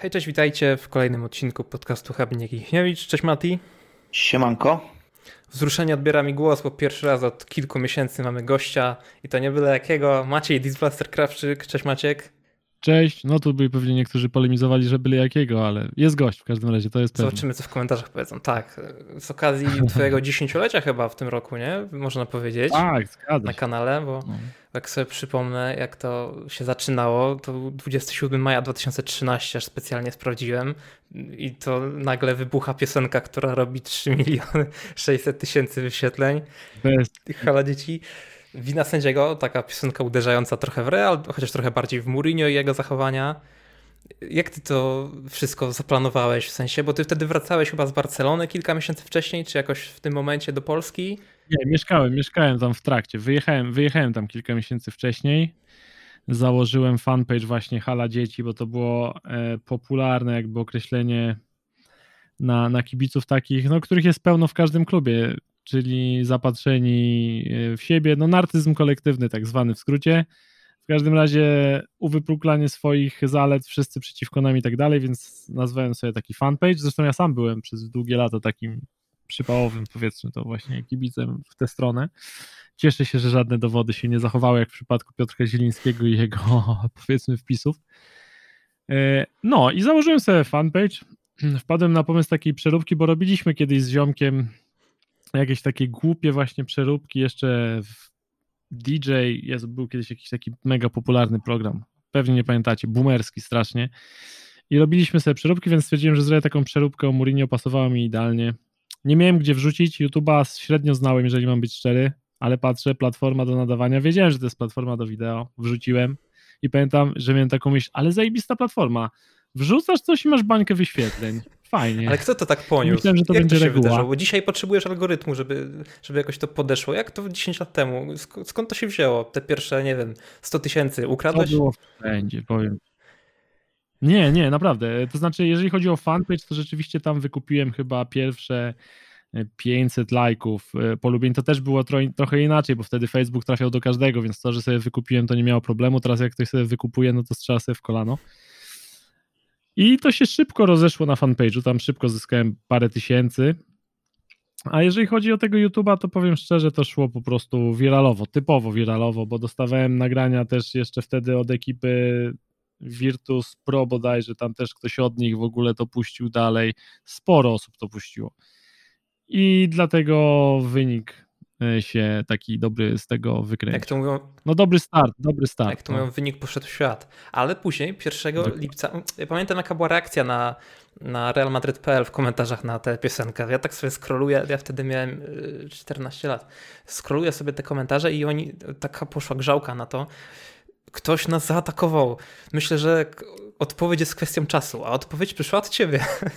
Hej, cześć, witajcie w kolejnym odcinku podcastu Habiniak i Michniewicz. Cześć Mati. Siemanko. Wzruszenie odbiera mi głos, bo pierwszy raz od kilku miesięcy mamy gościa i to nie byle jakiego. Maciej Disblaster Krawczyk. Cześć Maciek. Cześć, no tu by pewnie niektórzy polemizowali, że byle jakiego, ale jest gość w każdym razie, to jest pewne. Zobaczymy, co w komentarzach powiedzą. Tak, z okazji twojego 10-lecia chyba w tym roku, nie? Można powiedzieć. Tak, zgadza Na się. kanale, bo jak sobie przypomnę, jak to się zaczynało, to był 27 maja 2013, aż specjalnie sprawdziłem i to nagle wybucha piosenka, która robi 3 miliony 600 tysięcy wyświetleń. Bez... Hala dzieci. Wina sędziego, taka piosenka uderzająca trochę w Real, chociaż trochę bardziej w Mourinho i jego zachowania. Jak ty to wszystko zaplanowałeś w sensie? Bo ty wtedy wracałeś chyba z Barcelony kilka miesięcy wcześniej, czy jakoś w tym momencie do Polski? Nie, mieszkałem tam w trakcie. Wyjechałem tam kilka miesięcy wcześniej. Założyłem fanpage właśnie Hala Dzieci, bo to było popularne jakby określenie na kibiców takich, no, których jest pełno w każdym klubie, czyli zapatrzeni w siebie, no narcyzm kolektywny tak zwany w skrócie. W każdym razie uwypuklanie swoich zalet, wszyscy przeciwko nam i tak dalej, więc nazwałem sobie taki fanpage. Zresztą ja sam byłem przez długie lata takim przypałowym, powiedzmy to właśnie, kibicem w tę stronę. Cieszę się, że żadne dowody się nie zachowały, jak w przypadku Piotra Zielińskiego i jego, powiedzmy, wpisów. No i założyłem sobie fanpage. Wpadłem na pomysł takiej przeróbki, bo robiliśmy kiedyś z ziomkiem jakieś takie głupie właśnie przeróbki jeszcze w DJ, był kiedyś jakiś taki mega popularny program, pewnie nie pamiętacie, boomerski strasznie i robiliśmy sobie przeróbki, więc stwierdziłem, że zrobię taką przeróbkę o Mourinho, pasowała mi idealnie. Nie miałem gdzie wrzucić, YouTube'a średnio znałem, jeżeli mam być szczery, ale patrzę, platforma do nadawania, wiedziałem, że to jest platforma do wideo, wrzuciłem i pamiętam, że miałem taką myśl, ale zajebista platforma, wrzucasz coś i masz bańkę wyświetleń. Fajnie. Ale kto to tak poniósł? Myślałem, że to jak będzie to się reguła. wydarzyło? Bo dzisiaj potrzebujesz algorytmu, żeby jakoś to podeszło. Jak to 10 lat temu? Skąd to się wzięło? Te pierwsze, nie wiem, 100 tysięcy ukradłeś? To było wszędzie, powiem. Nie, naprawdę. To znaczy, jeżeli chodzi o fanpage, to rzeczywiście tam wykupiłem chyba pierwsze 500 lajków, polubień. To też było trochę inaczej, bo wtedy Facebook trafiał do każdego, więc to, że sobie wykupiłem, to nie miało problemu. Teraz jak ktoś sobie wykupuje, no to strzela sobie w kolano. I to się szybko rozeszło na fanpage'u, tam szybko zyskałem parę tysięcy. A jeżeli chodzi o tego YouTube'a, to powiem szczerze, to szło po prostu wiralowo, typowo wiralowo, bo dostawałem nagrania też jeszcze wtedy od ekipy Virtus Pro bodajże, tam też ktoś od nich w ogóle to puścił dalej, sporo osób to puściło i dlatego wynik się taki dobry z tego wykręcił. Jak to mówią, no dobry start. Jak to mówią, wynik poszedł w świat. Ale później, 1 lipca, ja pamiętam jaka była reakcja na Real Madrid.pl w komentarzach na tę piosenkę. Ja tak sobie scrolluję, ja wtedy miałem 14 lat. Scrolluję sobie te komentarze i taka poszła grzałka na to. Ktoś nas zaatakował. Myślę, że odpowiedź jest kwestią czasu, a odpowiedź przyszła od ciebie.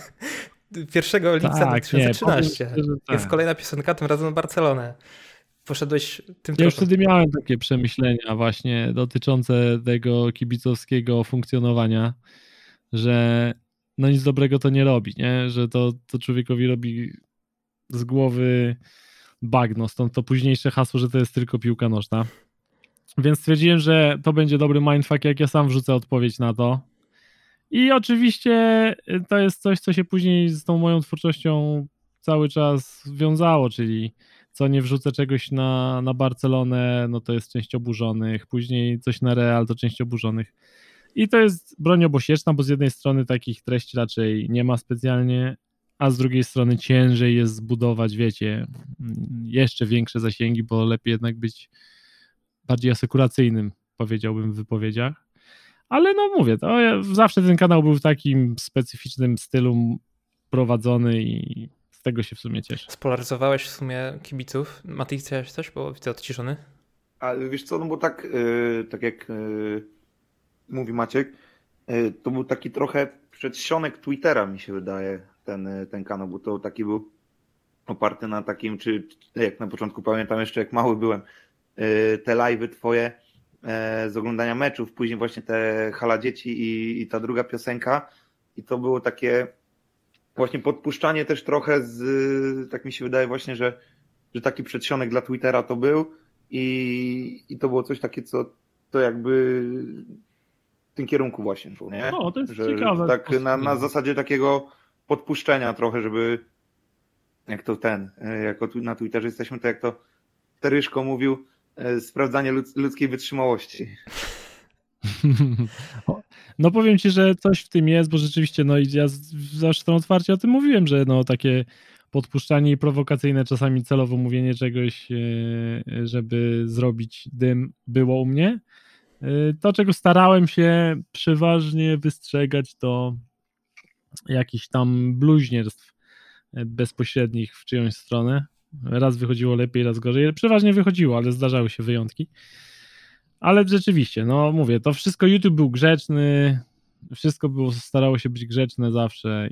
1 lipca 2013. Jest kolejna piosenka, tym razem Barcelonę. Poszedłeś tym tropem. Ja już wtedy miałem takie przemyślenia właśnie dotyczące tego kibicowskiego funkcjonowania, że no nic dobrego to nie robi, nie? Że to człowiekowi robi z głowy bagno, stąd to późniejsze hasło, że to jest tylko piłka nożna. Więc stwierdziłem, że to będzie dobry mindfuck, jak ja sam wrzucę odpowiedź na to. I oczywiście to jest coś, co się później z tą moją twórczością cały czas wiązało, czyli co nie wrzucę czegoś na Barcelonę, no to jest część oburzonych, później coś na Real, to część oburzonych. I to jest broń obosieczna, bo z jednej strony takich treści raczej nie ma specjalnie, a z drugiej strony ciężej jest zbudować, wiecie, jeszcze większe zasięgi, bo lepiej jednak być bardziej asekuracyjnym, powiedziałbym w wypowiedziach. Ale no mówię, to zawsze ten kanał był w takim specyficznym stylu prowadzony i z tego się w sumie cieszę. Spolaryzowałeś w sumie kibiców. Matej, chciałeś coś? Bo widzę odciszony. Ale wiesz co, no bo tak jak mówi Maciek, to był taki trochę przedsionek Twittera, mi się wydaje, ten kanał, bo to taki był oparty na takim, czy jak na początku pamiętam jeszcze, jak mały byłem, te live'y twoje z oglądania meczów, później właśnie te Hala Dzieci i ta druga piosenka i to było takie właśnie podpuszczanie też trochę tak mi się wydaje właśnie, że taki przedsionek dla Twittera to był i to było coś takie, co to jakby tym kierunku właśnie szło, nie? No, to jest że ciekawe. tak na zasadzie takiego podpuszczenia trochę, żeby jako tu na Twitterze jesteśmy, to jak to Teryszko mówił, sprawdzanie ludzkiej wytrzymałości. No powiem ci, że coś w tym jest, bo rzeczywiście, no i ja zresztą otwarcie o tym mówiłem, że no takie podpuszczanie i prowokacyjne, czasami celowo mówienie czegoś, żeby zrobić dym, było u mnie. To, czego starałem się przeważnie wystrzegać, to jakichś tam bluźnierstw bezpośrednich w czyjąś stronę. Raz wychodziło lepiej, raz gorzej. Przeważnie wychodziło, ale zdarzały się wyjątki. Ale rzeczywiście, no mówię, to wszystko YouTube był grzeczny, wszystko starało się być grzeczne zawsze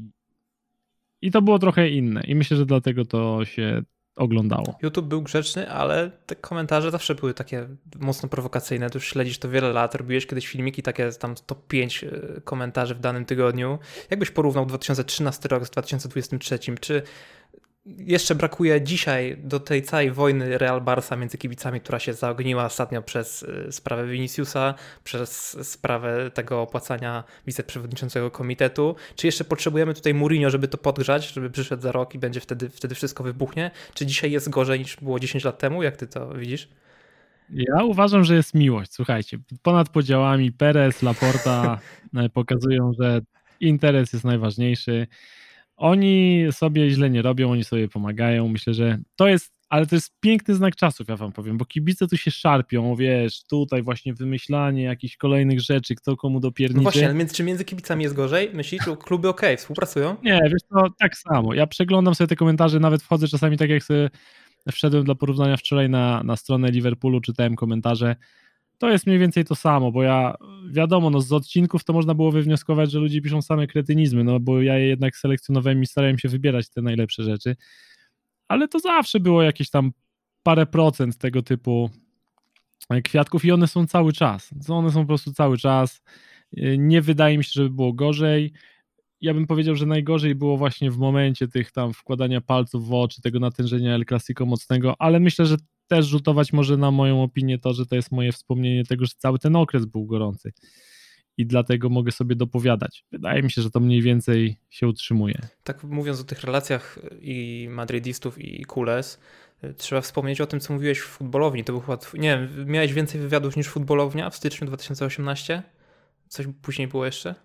i to było trochę inne i myślę, że dlatego to się oglądało. YouTube był grzeczny, ale te komentarze zawsze były takie mocno prowokacyjne. Ty już śledzisz to wiele lat, robiłeś kiedyś filmiki takie tam top 5 komentarzy w danym tygodniu. Jakbyś porównał 2013 rok z 2023? Czy jeszcze brakuje dzisiaj do tej całej wojny Real Barca między kibicami, która się zaogniła ostatnio przez sprawę Viniciusa, przez sprawę tego opłacania wiceprzewodniczącego komitetu? Czy jeszcze potrzebujemy tutaj Mourinho, żeby to podgrzać, żeby przyszedł za rok i będzie wtedy wszystko wybuchnie? Czy dzisiaj jest gorzej niż było 10 lat temu? Jak ty to widzisz? Ja uważam, że jest miłość. Słuchajcie, ponad podziałami Perez, Laporta pokazują, że interes jest najważniejszy. Oni sobie źle nie robią, oni sobie pomagają. Myślę, że ale to jest piękny znak czasów, ja wam powiem, bo kibice tu się szarpią, wiesz, tutaj właśnie wymyślanie jakichś kolejnych rzeczy, kto komu dopierniczy. No właśnie, ale czy między kibicami jest gorzej? Myślisz, że kluby okej, współpracują? Nie, wiesz to tak samo. Ja przeglądam sobie te komentarze, nawet wchodzę czasami tak jak sobie wszedłem dla porównania wczoraj na stronę Liverpoolu, czytałem komentarze. To jest mniej więcej to samo, bo wiadomo, no z odcinków to można było wywnioskować, że ludzie piszą same kretynizmy, no bo ja je jednak selekcjonowałem i starałem się wybierać te najlepsze rzeczy, ale to zawsze było jakieś tam parę procent tego typu kwiatków i one są cały czas. One są po prostu cały czas. Nie wydaje mi się, żeby było gorzej. Ja bym powiedział, że najgorzej było właśnie w momencie tych tam wkładania palców w oczy, tego natężenia El Clasico mocnego, ale myślę, że też rzutować może na moją opinię to, że to jest moje wspomnienie tego, że cały ten okres był gorący i dlatego mogę sobie dopowiadać. Wydaje mi się, że to mniej więcej się utrzymuje. Tak mówiąc o tych relacjach i madrydistów i Kules, trzeba wspomnieć o tym, co mówiłeś w futbolowni. To był chyba, nie wiem, miałeś więcej wywiadów niż futbolownia w styczniu 2018? Coś później było jeszcze?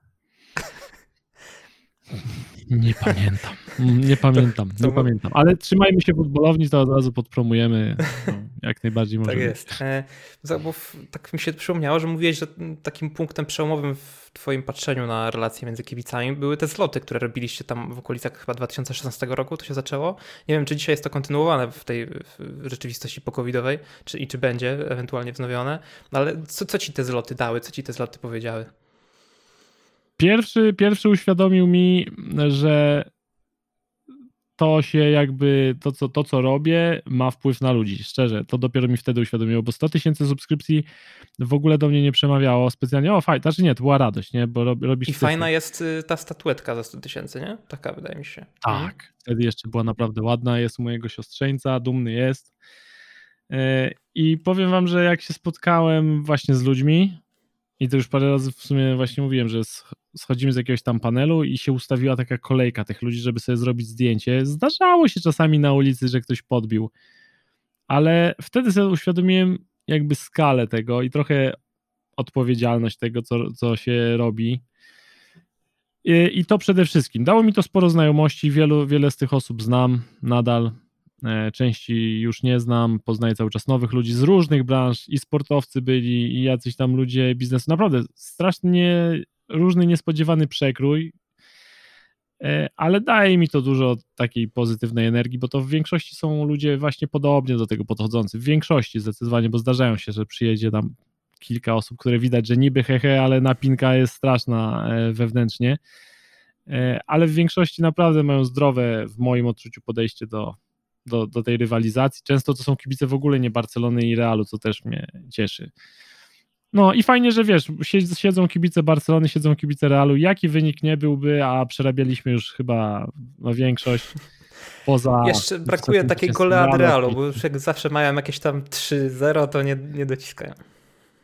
Nie pamiętam, ale trzymajmy się futbolowni, to od razu podpromujemy, jak najbardziej możemy. Tak jest. Bo tak mi się przypomniało, że mówiłeś, że takim punktem przełomowym w twoim patrzeniu na relacje między kibicami były te zloty, które robiliście tam w okolicach chyba 2016 roku, to się zaczęło. Nie wiem, czy dzisiaj jest to kontynuowane w tej rzeczywistości po-covidowej, czy będzie ewentualnie wznowione, no ale co ci te zloty dały, co ci te zloty powiedziały? Pierwszy uświadomił mi, że to się jakby, to co robię, ma wpływ na ludzi, szczerze, to dopiero mi wtedy uświadomiło, bo 100 000 subskrypcji w ogóle do mnie nie przemawiało specjalnie, fajnie, znaczy nie, to była radość, nie, bo robisz... I fajna jest ta statuetka za 100 000, nie? Taka wydaje mi się. Tak, wtedy jeszcze była naprawdę ładna, jest u mojego siostrzeńca, dumny jest i powiem wam, że jak się spotkałem właśnie z ludźmi i to już parę razy w sumie właśnie mówiłem, że schodzimy z jakiegoś tam panelu i się ustawiła taka kolejka tych ludzi, żeby sobie zrobić zdjęcie. Zdarzało się czasami na ulicy, że ktoś podbił, ale wtedy sobie uświadomiłem jakby skalę tego i trochę odpowiedzialność tego, co się robi. I to przede wszystkim. Dało mi to sporo znajomości, wiele z tych osób znam nadal, części już nie znam, poznaję cały czas nowych ludzi z różnych branż, i sportowcy byli, i jacyś tam ludzie biznesu. Naprawdę strasznie różny, niespodziewany przekrój, ale daje mi to dużo takiej pozytywnej energii, bo to w większości są ludzie właśnie podobnie do tego podchodzący. W większości zdecydowanie, bo zdarzają się, że przyjedzie tam kilka osób, które widać, że niby hehe, ale napinka jest straszna wewnętrznie, ale w większości naprawdę mają zdrowe, w moim odczuciu, podejście do tej rywalizacji. Często to są kibice w ogóle nie Barcelony i Realu, co też mnie cieszy. No i fajnie, że wiesz, siedzą kibice Barcelony, siedzą kibice Realu, jaki wynik nie byłby, a przerabialiśmy już chyba większość poza... Jeszcze brakuje takiej goleady Realu, bo już jak zawsze mają jakieś tam 3-0, to nie dociskają.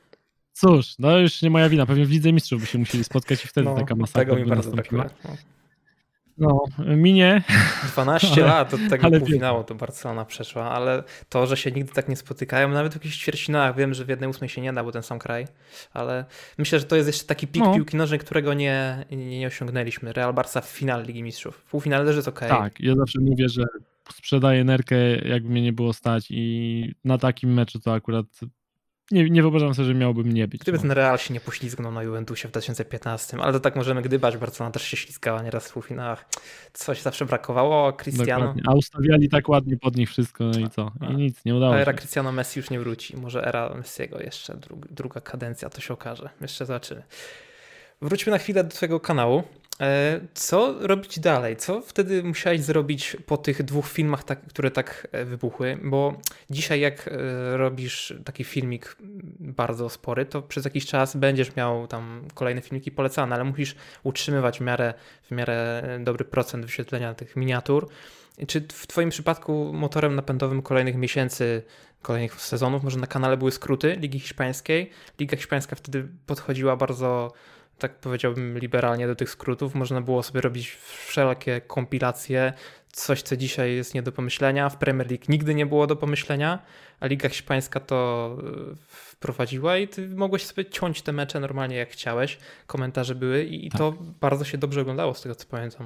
Cóż, no już nie moja wina, pewnie w Lidze Mistrzów by się musieli spotkać i wtedy No, taka masakra tego mi by bardzo nastąpiła. brakuje. No, minie. 12 lat od tego Ale półfinału to Barcelona przeszła, ale to, że się nigdy tak nie spotykają, nawet w jakichś ćwierćfinałach, wiem, że w 1/8 się nie da, bo ten sam kraj, ale myślę, że to jest jeszcze taki pik piłki nożnej, którego nie osiągnęliśmy. Real Barca w finale Ligi Mistrzów. W półfinale też jest okej. Tak, ja zawsze mówię, że sprzedaję nerkę, jakby mnie nie było stać i na takim meczu to akurat nie wyobrażam sobie, że miałbym nie być. Gdyby No. ten Real się nie poślizgnął na Juventusie w 2015, ale to tak możemy gdybać, Barcelona też się ślizgała nieraz w półfinałach. Coś zawsze brakowało, Cristiano. Dokładnie. A ustawiali tak ładnie pod nich wszystko, no i co? I nic, nie udało się. Era Cristiano Messi już nie wróci, może era Messiego jeszcze, druga kadencja, to się okaże. Jeszcze zobaczymy. Wróćmy na chwilę do twojego kanału. Co robić dalej? Co wtedy musiałeś zrobić po tych 2 filmach, które tak wybuchły? Bo dzisiaj jak robisz taki filmik bardzo spory, to przez jakiś czas będziesz miał tam kolejne filmiki polecane, ale musisz utrzymywać w miarę dobry procent wyświetlenia tych miniatur. Czy w twoim przypadku motorem napędowym kolejnych miesięcy, kolejnych sezonów, może na kanale były skróty Ligi Hiszpańskiej? Liga Hiszpańska wtedy podchodziła bardzo, tak powiedziałbym, liberalnie do tych skrótów. Można było sobie robić wszelkie kompilacje, coś co dzisiaj jest nie do pomyślenia. W Premier League nigdy nie było do pomyślenia, a Liga Hiszpańska to wprowadziła i ty mogłeś sobie ciąć te mecze normalnie jak chciałeś. Komentarze były i tak. To bardzo się dobrze oglądało z tego co pamiętam.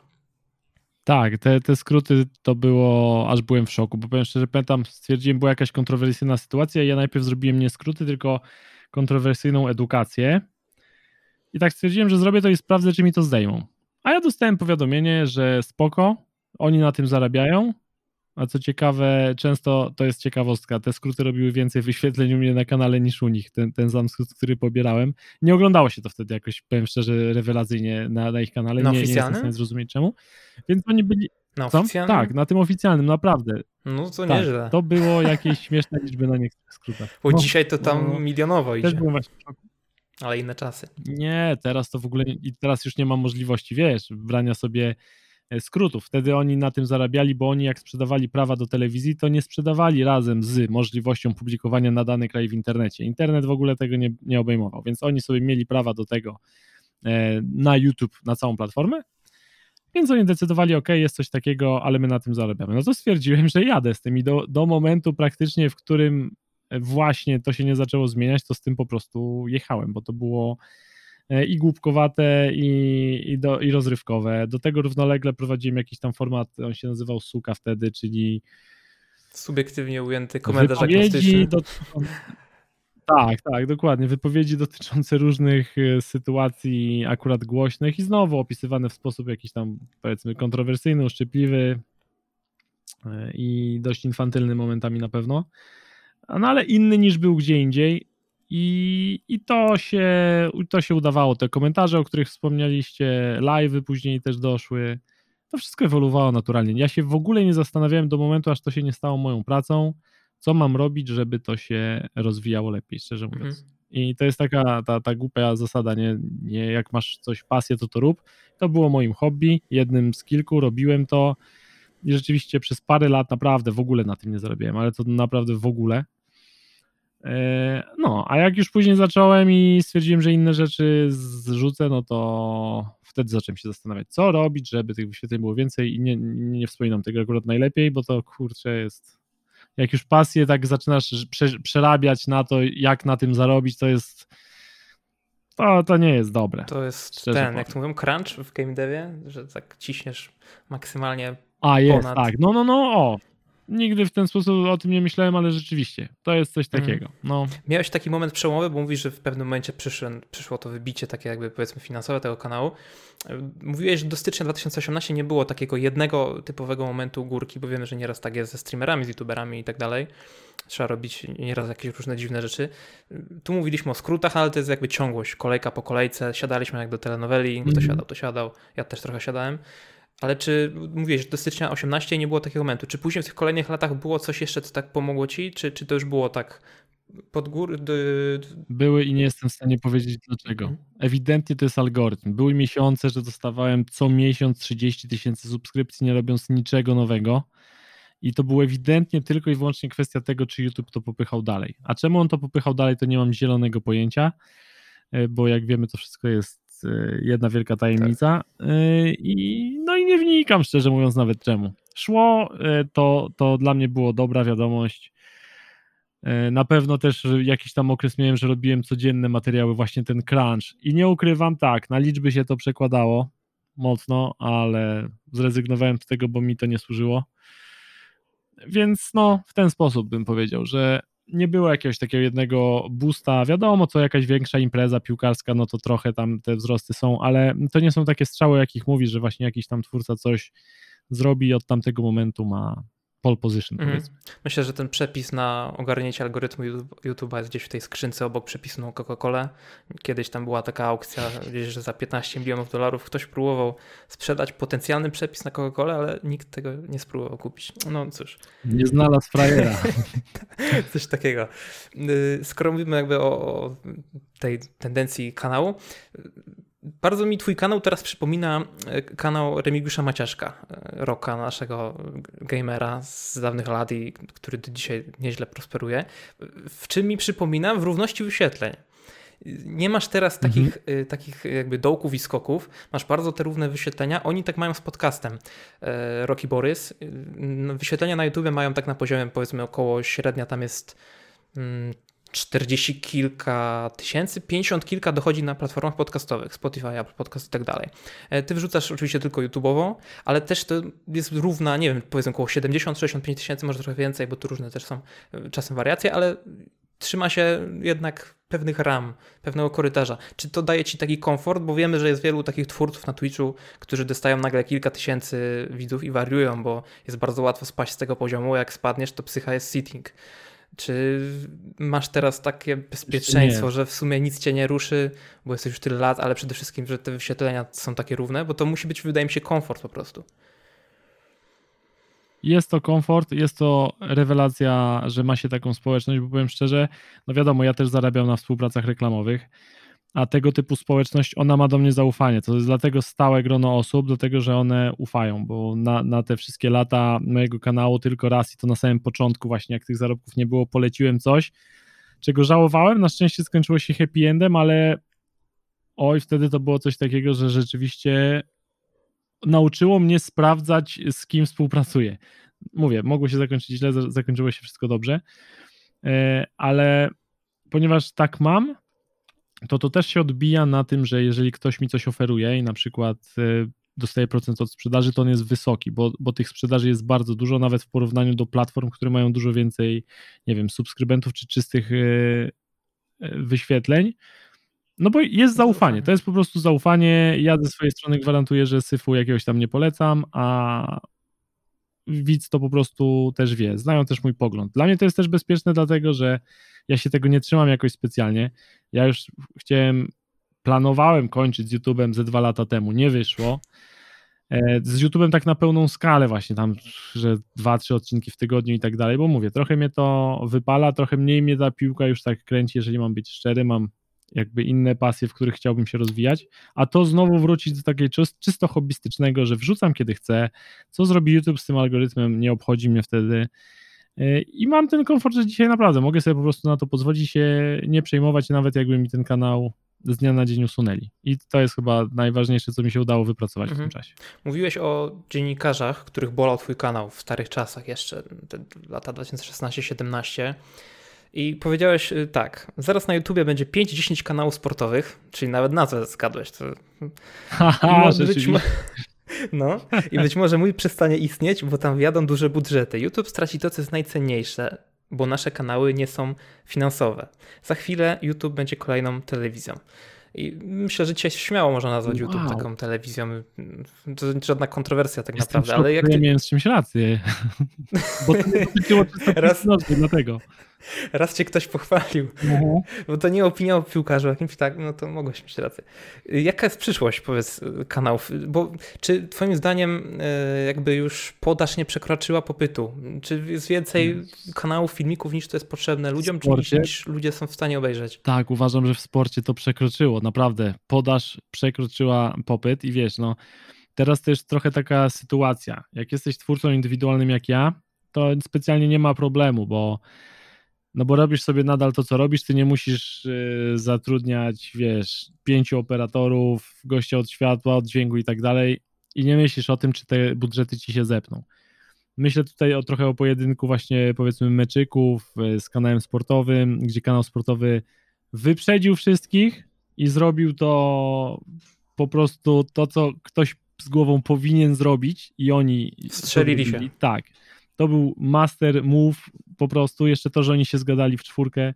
Tak, te skróty to było, aż byłem w szoku, bo powiem szczerze, pamiętam, stwierdziłem, była jakaś kontrowersyjna sytuacja i ja najpierw zrobiłem nie skróty, tylko kontrowersyjną edukację i tak stwierdziłem, że zrobię to i sprawdzę, czy mi to zdejmą. A ja dostałem powiadomienie, że spoko, oni na tym zarabiają, a co ciekawe, często to jest ciekawostka, te skróty robiły więcej wyświetleń u mnie na kanale niż u nich, ten sam skrót, który pobierałem. Nie oglądało się to wtedy jakoś, powiem szczerze, rewelacyjnie na ich kanale, nie jestem w stanie zrozumieć czemu, więc oni byli... Na oficjalnym? Tak, na tym oficjalnym, naprawdę. No to tak, nieźle. To było jakieś śmieszne liczby na niektórych skrótach. Bo dzisiaj to tam milionowo idzie. Też byłem właśnie w szoku. Ale inne czasy. Nie, teraz to w ogóle, i teraz już nie mam możliwości, wiesz, brania sobie skrótów. Wtedy oni na tym zarabiali, bo oni jak sprzedawali prawa do telewizji, to nie sprzedawali razem z możliwością publikowania na dany kraj w internecie. Internet w ogóle tego nie obejmował, więc oni sobie mieli prawa do tego na YouTube, na całą platformę, więc oni decydowali, ok, jest coś takiego, ale my na tym zarabiamy. No to stwierdziłem, że jadę z tym i do momentu praktycznie, w którym właśnie to się nie zaczęło zmieniać, to z tym po prostu jechałem, bo to było i głupkowate, i rozrywkowe. Do tego równolegle prowadziłem jakiś tam format, on się nazywał Suka wtedy, czyli subiektywnie ujęty komentarz agnostyczny. Tak, dokładnie. Wypowiedzi dotyczące różnych sytuacji akurat głośnych i znowu opisywane w sposób jakiś tam, powiedzmy, kontrowersyjny, uszczypliwy i dość infantylny momentami na pewno, no ale inny niż był gdzie indziej. I to się udawało. Te komentarze, o których wspomnieliście, live'y później też doszły. To wszystko ewoluowało naturalnie. Ja się w ogóle nie zastanawiałem do momentu, aż to się nie stało moją pracą, co mam robić, żeby to się rozwijało lepiej, szczerze mówiąc. I to jest taka ta głupia zasada, nie jak masz coś, pasję, to rób. To było moim hobby, jednym z kilku, robiłem to i rzeczywiście przez parę lat naprawdę w ogóle na tym nie zarabiałem, ale to naprawdę w ogóle. No, a jak już później zacząłem i stwierdziłem, że inne rzeczy zrzucę, no to wtedy zacząłem się zastanawiać, co robić, żeby tych wyświetleń było więcej i nie wspominam tego akurat najlepiej, bo to kurczę jest, jak już pasję tak zaczynasz przerabiać na to, jak na tym zarobić, to jest, to nie jest dobre. To jest ten, jak to mówią, crunch w game devie, że tak ciśniesz maksymalnie jest, tak, no, Nigdy w ten sposób o tym nie myślałem, ale rzeczywiście, to jest coś takiego. No. Miałeś taki moment przełomowy, bo mówisz, że w pewnym momencie przyszło to wybicie takie jakby powiedzmy finansowe tego kanału. Mówiłeś, że do stycznia 2018 nie było takiego jednego typowego momentu górki, bo wiemy, że nieraz tak jest ze streamerami, z youtuberami i tak dalej. Trzeba robić nieraz jakieś różne dziwne rzeczy. Tu mówiliśmy o skrótach, ale to jest jakby ciągłość, kolejka po kolejce. Siadaliśmy jak do telenoweli, kto to siadał. Ja też trochę siadałem. Ale czy mówiłeś, że do stycznia 18 nie było takiego momentu? Czy później w tych kolejnych latach było coś jeszcze, co tak pomogło ci? Czy to już było tak pod górę? Były i nie jestem w stanie powiedzieć dlaczego. Ewidentnie to jest algorytm. Były miesiące, że dostawałem co miesiąc 30 000 subskrypcji, nie robiąc niczego nowego i to było ewidentnie tylko i wyłącznie kwestia tego, czy YouTube to popychał dalej. A czemu on to popychał dalej, to nie mam zielonego pojęcia, bo jak wiemy, to wszystko jest jedna wielka tajemnica i nie wnikam, szczerze mówiąc, nawet czemu. Szło, to dla mnie było dobra wiadomość. Na pewno też jakiś tam okres miałem, że robiłem codzienne materiały, właśnie ten crunch i nie ukrywam, tak, na liczby się to przekładało mocno, ale zrezygnowałem z tego, bo mi to nie służyło. Więc w ten sposób bym powiedział, że nie było jakiegoś takiego jednego boosta, wiadomo co, jakaś większa impreza piłkarska, to trochę tam te wzrosty są, ale to nie są takie strzały, jakich mówisz, że właśnie jakiś tam twórca coś zrobi i od tamtego momentu ma pole position, powiedzmy. Myślę, że ten przepis na ogarnięcie algorytmu YouTube'a jest gdzieś w tej skrzynce obok przepisu na Coca-Colę. Kiedyś tam była taka aukcja, gdzieś, że za $15 milionów ktoś próbował sprzedać potencjalny przepis na Coca-Colę, ale nikt tego nie spróbował kupić. No cóż. Nie znalazł frajera. Coś takiego. Skoro mówimy jakby o tej tendencji kanału, bardzo mi twój kanał teraz przypomina kanał Remigiusza Maciaszka, Roka, naszego gamera z dawnych lat i który do dzisiaj nieźle prosperuje. W czym mi przypomina? W równości wyświetleń. Nie masz teraz takich jakby dołków i skoków, masz bardzo te równe wyświetlenia. Oni tak mają z podcastem. Roki Borys. Wyświetlenia na YouTube mają tak na poziomie powiedzmy około średnia tam jest 40 kilka tysięcy, 50 kilka dochodzi na platformach podcastowych, Spotify, Apple Podcast i tak dalej. Ty wrzucasz oczywiście tylko YouTube'owo, ale też to jest równa, nie wiem, powiedzmy około 70-65 tysięcy, może trochę więcej, bo tu różne też są czasem wariacje, ale trzyma się jednak pewnych ram, pewnego korytarza. Czy to daje ci taki komfort? Bo wiemy, że jest wielu takich twórców na Twitchu, którzy dostają nagle kilka tysięcy widzów i wariują, bo jest bardzo łatwo spaść z tego poziomu, jak spadniesz, to psycha jest sitting. Czy masz teraz takie bezpieczeństwo, że w sumie nic cię nie ruszy, bo jesteś już tyle lat, ale przede wszystkim, że te wyświetlenia są takie równe? Bo to musi być, wydaje mi się, komfort po prostu. Jest to komfort, jest to rewelacja, że ma się taką społeczność, bo powiem szczerze, wiadomo, ja też zarabiam na współpracach reklamowych, a tego typu społeczność, ona ma do mnie zaufanie, to jest dlatego stałe grono osób, dlatego, że one ufają, bo na te wszystkie lata mojego kanału tylko raz i to na samym początku właśnie, jak tych zarobków nie było, poleciłem coś, czego żałowałem, na szczęście skończyło się happy endem, ale wtedy to było coś takiego, że rzeczywiście nauczyło mnie sprawdzać, z kim współpracuję. Mówię, mogło się zakończyć źle, zakończyło się wszystko dobrze, ale ponieważ tak mam, to też się odbija na tym, że jeżeli ktoś mi coś oferuje i na przykład dostaje procent od sprzedaży, to on jest wysoki, bo tych sprzedaży jest bardzo dużo, nawet w porównaniu do platform, które mają dużo więcej, nie wiem, subskrybentów czy czystych wyświetleń. Bo jest zaufanie, to jest po prostu zaufanie. Ja ze swojej strony gwarantuję, że syfu jakiegoś tam nie polecam, a widz to po prostu też wie, znają też mój pogląd. Dla mnie to jest też bezpieczne, dlatego że ja się tego nie trzymam jakoś specjalnie. Ja już planowałem kończyć z YouTube'em ze 2 lata temu, nie wyszło. Z YouTube'em tak na pełną skalę właśnie tam, że 2-3 odcinki w tygodniu i tak dalej, bo mówię, trochę mnie to wypala, trochę mniej mnie ta piłka już tak kręci, jeżeli mam być szczery, mam jakby inne pasje, w których chciałbym się rozwijać, a to znowu wrócić do takiej czysto hobbystycznego, że wrzucam kiedy chcę, co zrobi YouTube z tym algorytmem, nie obchodzi mnie wtedy i mam ten komfort, że dzisiaj naprawdę mogę sobie po prostu na to pozwolić się nie przejmować, nawet jakby mi ten kanał z dnia na dzień usunęli. I to jest chyba najważniejsze, co mi się udało wypracować w tym czasie. Mówiłeś o dziennikarzach, których bolał twój kanał w starych czasach jeszcze, te lata 2016-17. I powiedziałeś tak, zaraz na YouTubie będzie 5-10 kanałów sportowych, czyli nawet nazwę zgadłeś. To być może mój przestanie istnieć, bo tam wjadą duże budżety. YouTube straci to, co jest najcenniejsze, bo nasze kanały nie są finansowe. Za chwilę YouTube będzie kolejną telewizją. I myślę, że dzisiaj śmiało można nazwać YouTube taką telewizją. To nie żadna kontrowersja tak naprawdę. Ale jak ja miałem z czymś rację. Bo to nie dotyczyło czysto dlatego. Raz cię ktoś pochwalił, bo to nie opinia o piłkarzu jakimś, tak, no to mogłeś mieć rację. Jaka jest przyszłość, powiedz, kanałów? Bo czy twoim zdaniem jakby już podaż nie przekroczyła popytu? Czy jest więcej kanałów, filmików niż to jest potrzebne ludziom, czy niż ludzie są w stanie obejrzeć? Tak, uważam, że w sporcie to przekroczyło, naprawdę. Podaż przekroczyła popyt i wiesz, teraz to jest trochę taka sytuacja. Jak jesteś twórcą indywidualnym jak ja, to specjalnie nie ma problemu, bo robisz sobie nadal to, co robisz, ty nie musisz zatrudniać, 5 operatorów, gościa od światła, od dźwięku i tak dalej i nie myślisz o tym, czy te budżety ci się zepną. Myślę tutaj trochę o pojedynku właśnie, powiedzmy, meczyków z kanałem sportowym, gdzie kanał sportowy wyprzedził wszystkich i zrobił to po prostu to, co ktoś z głową powinien zrobić i oni strzelili się. Tak. To był master move po prostu, jeszcze to, że oni się zgadali w czwórkę,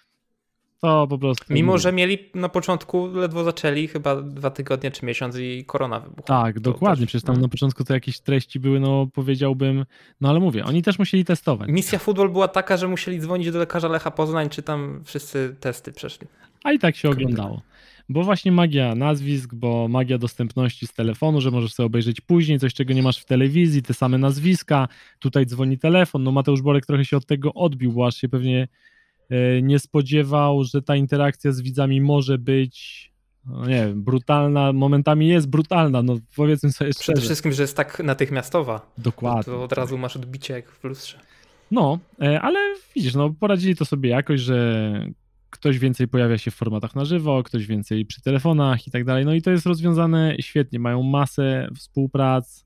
to po prostu... Mimo, że mieli na początku, ledwo zaczęli, chyba 2 tygodnie czy miesiąc i korona wybuchła. Tak, dokładnie, przecież tam na początku to jakieś treści były, powiedziałbym, ale mówię, oni też musieli testować. Misja futbol była taka, że musieli dzwonić do lekarza Lecha Poznań, czy tam wszyscy testy przeszli. A i tak się oglądało. Bo właśnie magia nazwisk, bo magia dostępności z telefonu, że możesz sobie obejrzeć później coś, czego nie masz w telewizji, te same nazwiska, tutaj dzwoni telefon, Mateusz Borek trochę się od tego odbił, bo aż się pewnie nie spodziewał, że ta interakcja z widzami może być, nie wiem, brutalna, momentami jest brutalna, powiedzmy sobie szczerze. Przede wszystkim, że jest tak natychmiastowa. Dokładnie. To od razu masz odbicie jak w lustrze. Ale widzisz, poradzili to sobie jakoś, że ktoś więcej pojawia się w formatach na żywo, ktoś więcej przy telefonach i tak dalej, i to jest rozwiązane świetnie, mają masę współprac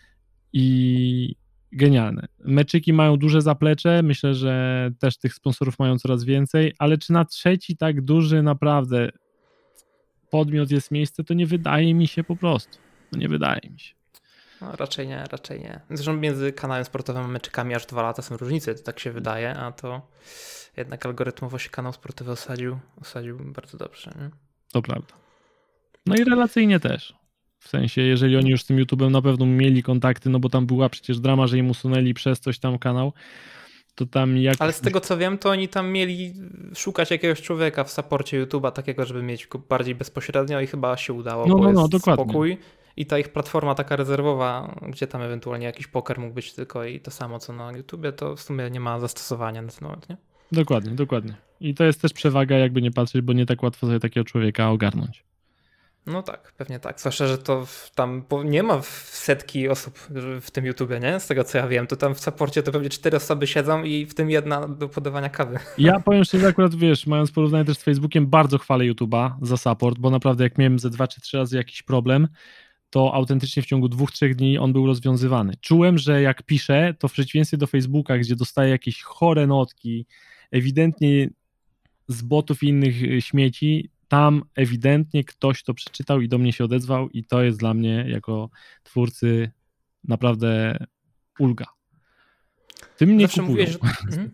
i genialne. Meczyki mają duże zaplecze, myślę, że też tych sponsorów mają coraz więcej, ale czy na trzeci tak duży naprawdę podmiot jest miejsce, to nie wydaje mi się po prostu. Nie wydaje mi się. Raczej nie. Zresztą między kanałem sportowym a meczykami aż 2 lata są różnice, to tak się wydaje, a to jednak algorytmowo się kanał sportowy osadził bardzo dobrze. Nie? To prawda. I relacyjnie też. W sensie, jeżeli oni już z tym YouTube'em na pewno mieli kontakty, bo tam była przecież drama, że im usunęli przez coś tam kanał, to tam jak... Ale z tego co wiem, to oni tam mieli szukać jakiegoś człowieka w supporcie YouTube'a takiego, żeby mieć go bardziej bezpośrednio i chyba się udało, bo jest dokładnie. spokój i ta ich platforma taka rezerwowa, gdzie tam ewentualnie jakiś poker mógł być tylko i to samo co na YouTubie, to w sumie nie ma zastosowania na ten moment, nie? Dokładnie. I to jest też przewaga, jakby nie patrzeć, bo nie tak łatwo sobie takiego człowieka ogarnąć. No tak, pewnie tak. Zwłaszcza, że to tam nie ma setki osób w tym YouTubie, nie? Z tego co ja wiem, to tam w supporcie to pewnie 4 osoby siedzą i w tym 1 do podawania kawy. Ja powiem szczerze, akurat mając porównanie też z Facebookiem, bardzo chwalę YouTube'a za support, bo naprawdę jak miałem ze 2 czy 3 razy jakiś problem, to autentycznie w ciągu 2-3 dni on był rozwiązywany. Czułem, że jak piszę, to w przeciwieństwie do Facebooka, gdzie dostaję jakieś chore notki, ewidentnie z botów i innych śmieci, tam ewidentnie ktoś to przeczytał i do mnie się odezwał i to jest dla mnie jako twórcy naprawdę ulga. Ty mnie Zawsze mówiłeś, że...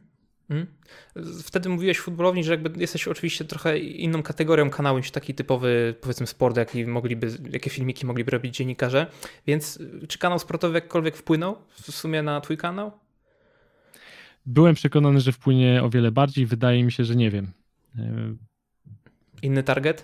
Wtedy mówiłeś futbolowni, że jakby jesteś oczywiście trochę inną kategorią kanału niż taki typowy, powiedzmy, sport, jakie filmiki mogliby robić dziennikarze, więc czy kanał sportowy jakkolwiek wpłynął w sumie na twój kanał? Byłem przekonany, że wpłynie o wiele bardziej, wydaje mi się, że nie wiem. Inny target?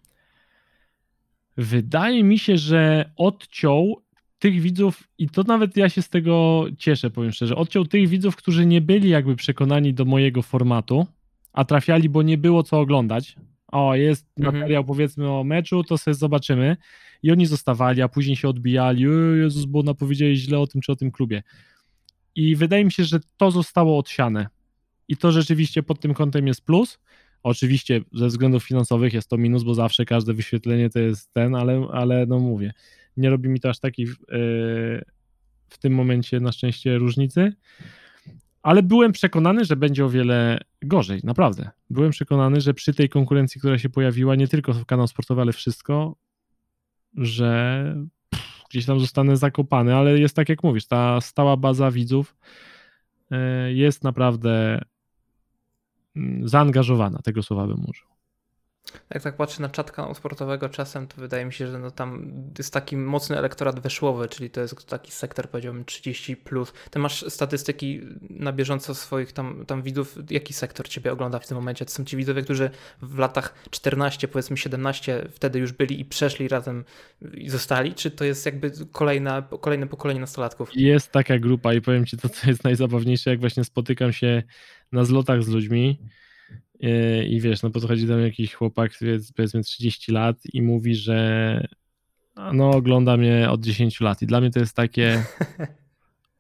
Wydaje mi się, że odciął tych widzów, i to nawet ja się z tego cieszę, powiem szczerze, odciął tych widzów, którzy nie byli jakby przekonani do mojego formatu, a trafiali, bo nie było co oglądać. Jest materiał powiedzmy o meczu, to sobie zobaczymy. I oni zostawali, a później się odbijali. Jezus, bo napowiedzieli źle o tym czy o tym klubie. I wydaje mi się, że to zostało odsiane. I to rzeczywiście pod tym kątem jest plus. Oczywiście ze względów finansowych jest to minus, bo zawsze każde wyświetlenie to jest ale mówię, nie robi mi to aż takiej w tym momencie na szczęście różnicy, ale byłem przekonany, że będzie o wiele gorzej, naprawdę. Byłem przekonany, że przy tej konkurencji, która się pojawiła, nie tylko w kanał sportowy, ale wszystko, że gdzieś tam zostanę zakopany, ale jest tak jak mówisz, ta stała baza widzów jest naprawdę zaangażowana, tego słowa bym użył. Jak tak patrzę na czat kanału sportowego czasem, to wydaje mi się, że tam jest taki mocny elektorat weszłowy, czyli to jest taki sektor, powiedziałbym 30+. Ty masz statystyki na bieżąco swoich tam widzów. Jaki sektor ciebie ogląda w tym momencie? To są ci widzowie, którzy w latach 14, powiedzmy 17 wtedy już byli i przeszli razem i zostali? Czy to jest jakby kolejne pokolenie nastolatków? Jest taka grupa i powiem ci to, co jest najzabawniejsze, jak właśnie spotykam się na zlotach z ludźmi i wiesz, podchodzi tam jakiś chłopak, powiedzmy 30 lat i mówi, że ogląda mnie od 10 lat i dla mnie to jest takie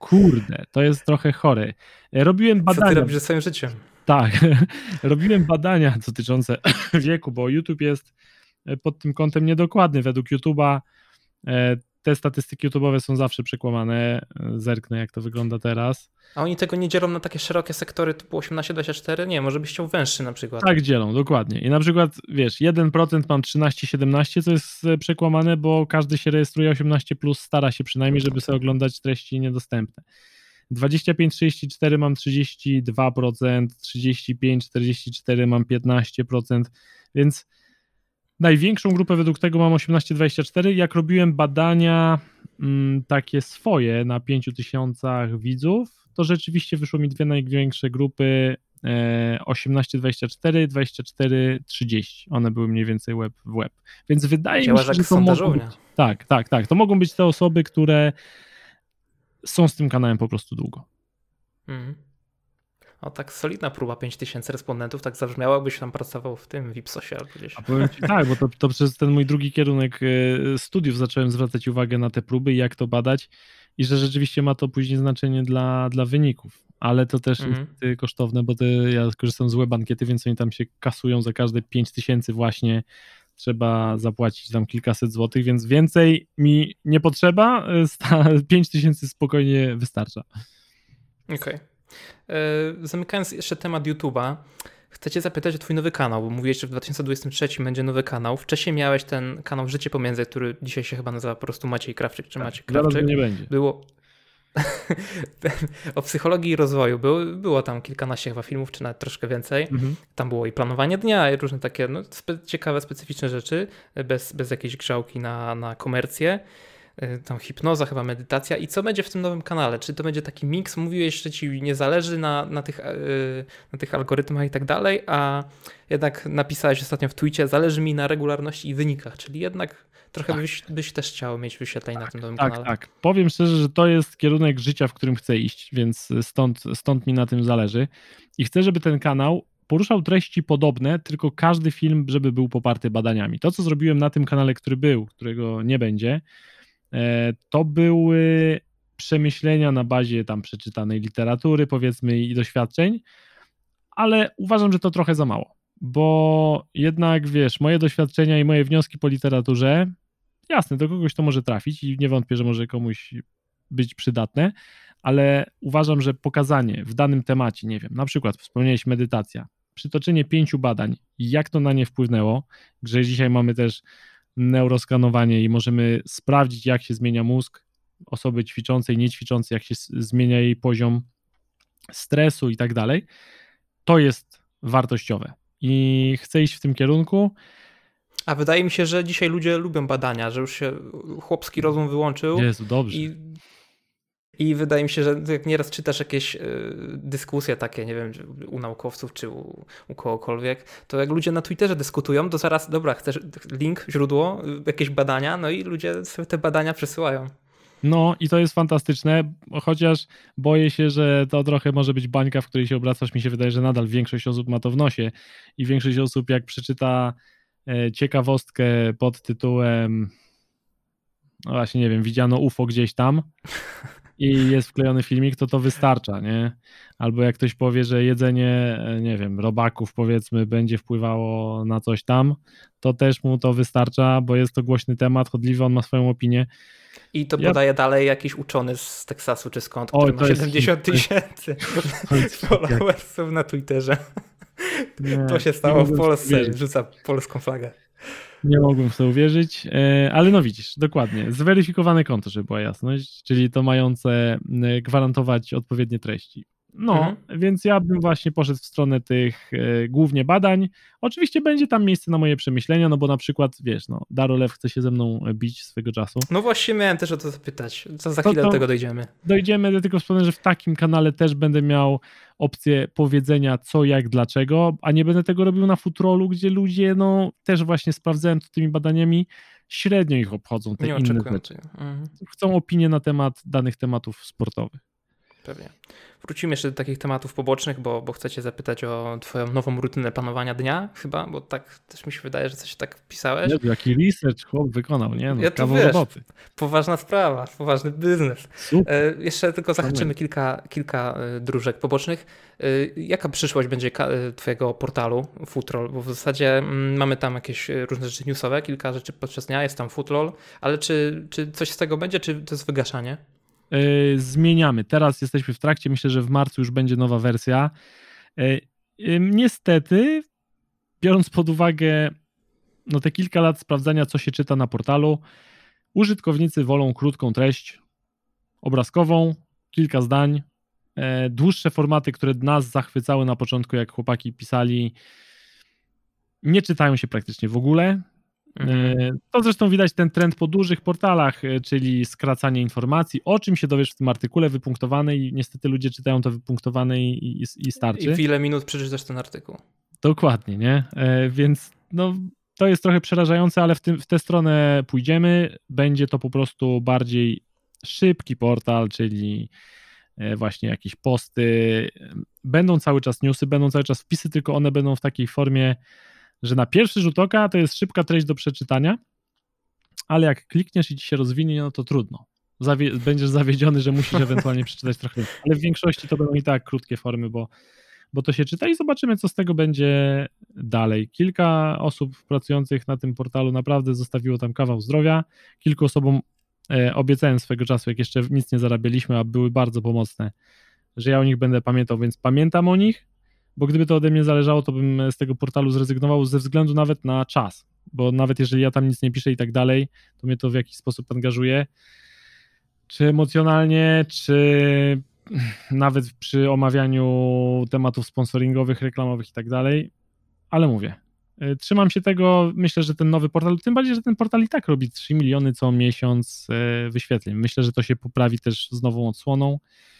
Kurde, to jest trochę chore. Robiłem Co badania. ty robisz ze swoim życiem? Tak, robiłem badania dotyczące wieku, bo YouTube jest pod tym kątem niedokładny. Według YouTube'a te statystyki YouTube'owe są zawsze przekłamane. Zerknę, jak to wygląda teraz. A oni tego nie dzielą na takie szerokie sektory typu 18-24? Nie, może byś chciał węższy na przykład. Tak dzielą, dokładnie. I na przykład, wiesz, 1% mam 13-17, co jest przekłamane, bo każdy się rejestruje 18+, stara się przynajmniej, żeby sobie oglądać treści niedostępne. 25-34 mam 32%, 35-44 mam 15%, więc największą grupę według tego mam 18-24. Jak robiłem badania takie swoje na 5000 widzów, to rzeczywiście wyszło mi dwie największe grupy 18-24, 24-30. One były mniej więcej łeb w łeb. Więc wydaje mi się, że to mogą być, tak. To mogą być te osoby, które są z tym kanałem po prostu długo. O, tak solidna próba, 5000 respondentów, tak zabrzmiało, jakbyś tam pracował w tym Vipsosie albo gdzieś. A powiem ci tak, bo to przez ten mój drugi kierunek studiów zacząłem zwracać uwagę na te próby i jak to badać i że rzeczywiście ma to później znaczenie dla wyników, ale to też jest kosztowne, bo ja korzystam z web ankiety, więc oni tam się kasują za każde 5000 właśnie, trzeba zapłacić tam kilkaset złotych, więc więcej mi nie potrzeba, 5000 spokojnie wystarcza. Okej. Zamykając jeszcze temat YouTube'a, chcę cię zapytać o twój nowy kanał, bo mówiłeś, że w 2023 będzie nowy kanał. Wcześniej miałeś ten kanał Życie Pomiędzy, który dzisiaj się chyba nazywa po prostu Maciej Krawczyk, czy Maciek Krawczyk. Zaraz nie będzie. Było o psychologii i rozwoju. Było tam kilkanaście chyba filmów, czy nawet troszkę więcej. Tam było i planowanie dnia, i różne takie ciekawe, specyficzne rzeczy, bez jakiejś grzałki na komercję. Tam hipnoza, chyba medytacja. I co będzie w tym nowym kanale? Czy to będzie taki miks? Mówiłeś, że ci nie zależy na tych algorytmach i tak dalej, a jednak napisałeś ostatnio w tweetie, zależy mi na regularności i wynikach, czyli jednak trochę byś też chciał mieć wyświetleń na tym nowym kanale. Tak. Powiem szczerze, że to jest kierunek życia, w którym chcę iść, więc stąd mi na tym zależy. I chcę, żeby ten kanał poruszał treści podobne, tylko każdy film, żeby był poparty badaniami. To, co zrobiłem na tym kanale, którego nie będzie, to były przemyślenia na bazie tam przeczytanej literatury, powiedzmy, i doświadczeń, ale uważam, że to trochę za mało, bo jednak, wiesz, moje doświadczenia i moje wnioski po literaturze, jasne, do kogoś to może trafić i nie wątpię, że może komuś być przydatne, ale uważam, że pokazanie w danym temacie, nie wiem, na przykład wspomniałeś medytacja, przytoczenie 5 badań, jak to na nie wpłynęło, że dzisiaj mamy też neuroskanowanie i możemy sprawdzić, jak się zmienia mózg osoby ćwiczącej, niećwiczącej, jak się zmienia jej poziom stresu i tak dalej, to jest wartościowe i chcę iść w tym kierunku. A wydaje mi się, że dzisiaj ludzie lubią badania, że już się chłopski rozum wyłączył. Jezu, dobrze. I wydaje mi się, że jak nieraz czytasz jakieś dyskusje takie, nie wiem, u naukowców czy u kogokolwiek, to jak ludzie na Twitterze dyskutują, to zaraz, dobra, chcesz link, źródło, jakieś badania, no i ludzie sobie te badania przesyłają. No i to jest fantastyczne, chociaż boję się, że to trochę może być bańka, w której się obracasz. Mi się wydaje, że nadal większość osób ma to w nosie i większość osób, jak przeczyta ciekawostkę pod tytułem, no właśnie, nie wiem, widziano UFO gdzieś tam i jest wklejony filmik, to wystarcza, nie? Albo jak ktoś powie, że jedzenie, nie wiem, robaków, powiedzmy, będzie wpływało na coś tam, to też mu to wystarcza, bo jest to głośny temat, chodliwy, on ma swoją opinię. I to podaje dalej jakiś uczony z Teksasu czy skąd, który ma 70 000 followersów na Twitterze. To się stało w Polsce, rzuca polską flagę. Nie mogłem w to uwierzyć, ale no widzisz, dokładnie, zweryfikowane konto, żeby była jasność, czyli to mające gwarantować odpowiednie treści. No, więc ja bym właśnie poszedł w stronę tych głównie badań. Oczywiście będzie tam miejsce na moje przemyślenia, no bo na przykład, wiesz, no, Darolew chce się ze mną bić swego czasu. No właśnie miałem też o to zapytać, co za chwilę do tego dojdziemy. Dojdziemy, tylko wspomnę, że w takim kanale też będę miał opcję powiedzenia co, jak, dlaczego, a nie będę tego robił na futrolu, gdzie ludzie, no, też właśnie sprawdzałem to tymi badaniami, średnio ich obchodzą te inne rzeczy. Chcą opinie na temat danych tematów sportowych. Pewnie. Wrócimy jeszcze do takich tematów pobocznych, bo chcę cię zapytać o twoją nową rutynę planowania dnia chyba, bo tak też mi się wydaje, że coś tak pisałeś. Jezu, jaki research chłop wykonał, nie? No, Ja to kawał wiesz, roboty. poważna sprawa, poważny biznes. Super. Jeszcze tylko zahaczymy kilka dróżek pobocznych. Jaka przyszłość będzie twojego portalu Footroll? Bo w zasadzie mamy tam jakieś różne rzeczy newsowe, kilka rzeczy podczas dnia, jest tam Footroll, ale czy coś z tego będzie, czy to jest wygaszanie? Zmieniamy. Teraz jesteśmy w trakcie, myślę, że w marcu już będzie nowa wersja. Niestety, biorąc pod uwagę te kilka lat sprawdzania, co się czyta na portalu, użytkownicy wolą krótką treść obrazkową, kilka zdań, dłuższe formaty, które nas zachwycały na początku, jak chłopaki pisali, nie czytają się praktycznie w ogóle. To zresztą widać ten trend po dużych portalach, czyli skracanie informacji, o czym się dowiesz w tym artykule wypunktowane i niestety ludzie czytają to wypunktowane i starczy. I w ile minut przeczytasz ten artykuł. Dokładnie, nie? Więc to jest trochę przerażające, ale w tę stronę pójdziemy. Będzie to po prostu bardziej szybki portal, czyli właśnie jakieś posty. Będą cały czas newsy, będą cały czas wpisy, tylko one będą w takiej formie, że na pierwszy rzut oka to jest szybka treść do przeczytania, ale jak klikniesz i ci się rozwinie, no to trudno. Będziesz zawiedziony, że musisz ewentualnie przeczytać trochę więcej. Ale w większości to będą i tak krótkie formy, bo to się czyta i zobaczymy, co z tego będzie dalej. Kilka osób pracujących na tym portalu naprawdę zostawiło tam kawał zdrowia. Kilku osobom obiecałem swego czasu, jak jeszcze nic nie zarabialiśmy, a były bardzo pomocne, że ja o nich będę pamiętał, więc pamiętam o nich, bo gdyby to ode mnie zależało, to bym z tego portalu zrezygnował ze względu nawet na czas, bo nawet jeżeli ja tam nic nie piszę i tak dalej, to mnie to w jakiś sposób angażuje, czy emocjonalnie, czy nawet przy omawianiu tematów sponsoringowych, reklamowych i tak dalej, ale mówię, trzymam się tego, myślę, że ten nowy portal, tym bardziej, że ten portal i tak robi 3 miliony co miesiąc wyświetleń, myślę, że to się poprawi też z nową odsłoną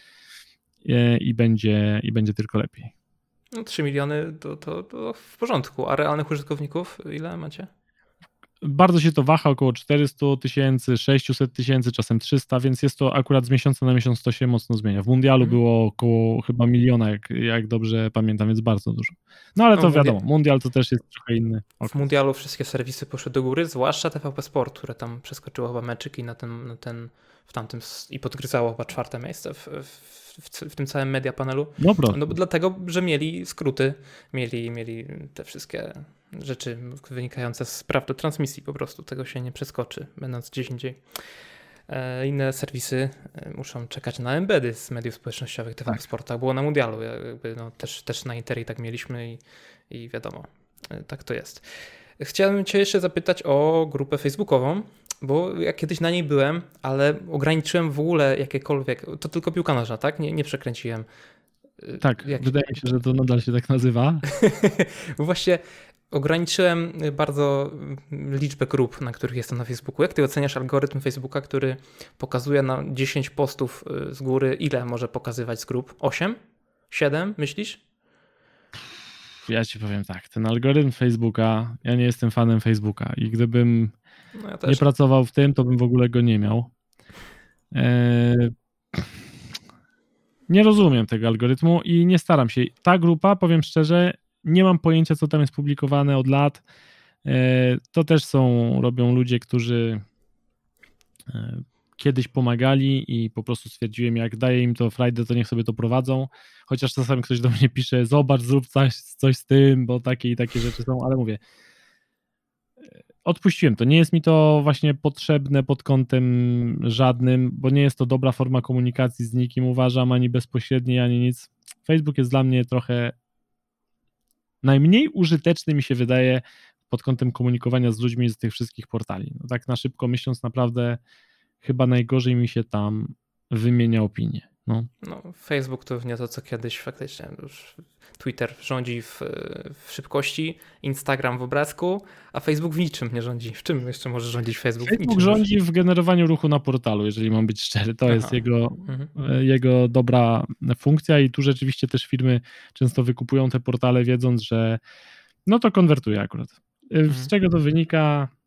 i będzie tylko lepiej. 3 miliony to w porządku, a realnych użytkowników ile macie? Bardzo się to waha, około 400 000, 600 000, czasem 300, więc jest to akurat z miesiąca na miesiąc to się mocno zmienia. W mundialu było około chyba 1 miliona, jak dobrze pamiętam, więc bardzo dużo. No ale to wiadomo, mundial to też jest trochę inny okres. W mundialu wszystkie serwisy poszły do góry, zwłaszcza TVP Sport, które tam przeskoczyło chyba meczyki w tamtym i podgryzało chyba 4. miejsce w tym całym media panelu. No dlatego, że mieli skróty, mieli te wszystkie rzeczy wynikające z praw do transmisji, po prostu tego się nie przeskoczy, będąc gdzieś indziej. Inne serwisy muszą czekać na embedy z mediów społecznościowych. TVP Sport tak było na mundialu, też na Interi tak mieliśmy i wiadomo, tak to jest. Chciałem cię jeszcze zapytać o grupę facebookową, bo ja kiedyś na niej byłem, ale ograniczyłem w ogóle jakiekolwiek, to tylko piłka nożna, tak? Nie przekręciłem. Tak, wydaje mi się, że to nadal się tak nazywa. Bo właśnie ograniczyłem bardzo liczbę grup, na których jestem na Facebooku. Jak ty oceniasz algorytm Facebooka, który pokazuje na 10 postów z góry, ile może pokazywać z grup? 8? 7, myślisz? Ja ci powiem tak, ten algorytm Facebooka, ja nie jestem fanem Facebooka i gdybym nie pracował w tym, to bym w ogóle go nie miał. Nie rozumiem tego algorytmu i nie staram się. Ta grupa, powiem szczerze, nie mam pojęcia, co tam jest publikowane od lat. To też robią ludzie, którzy kiedyś pomagali i po prostu stwierdziłem, jak daję im to frajdę, to niech sobie to prowadzą. Chociaż czasami ktoś do mnie pisze, zobacz, zrób coś z tym, bo takie i takie rzeczy są, ale mówię, odpuściłem to. Nie jest mi to właśnie potrzebne pod kątem żadnym, bo nie jest to dobra forma komunikacji z nikim, uważam, ani bezpośredniej, ani nic. Facebook jest dla mnie trochę najmniej użyteczny, mi się wydaje, pod kątem komunikowania z ludźmi z tych wszystkich portali. No, tak na szybko myśląc, naprawdę chyba najgorzej mi się tam wymienia opinie. No, Facebook to nie to, co kiedyś faktycznie. Już Twitter rządzi w szybkości, Instagram w obrazku, a Facebook w niczym nie rządzi. W czym jeszcze może rządzić Facebook? Facebook rządzi w generowaniu ruchu na portalu, jeżeli mam być szczery. To jest jego dobra funkcja i tu rzeczywiście też firmy często wykupują te portale, wiedząc, że no to konwertuje akurat. Z czego to wynika?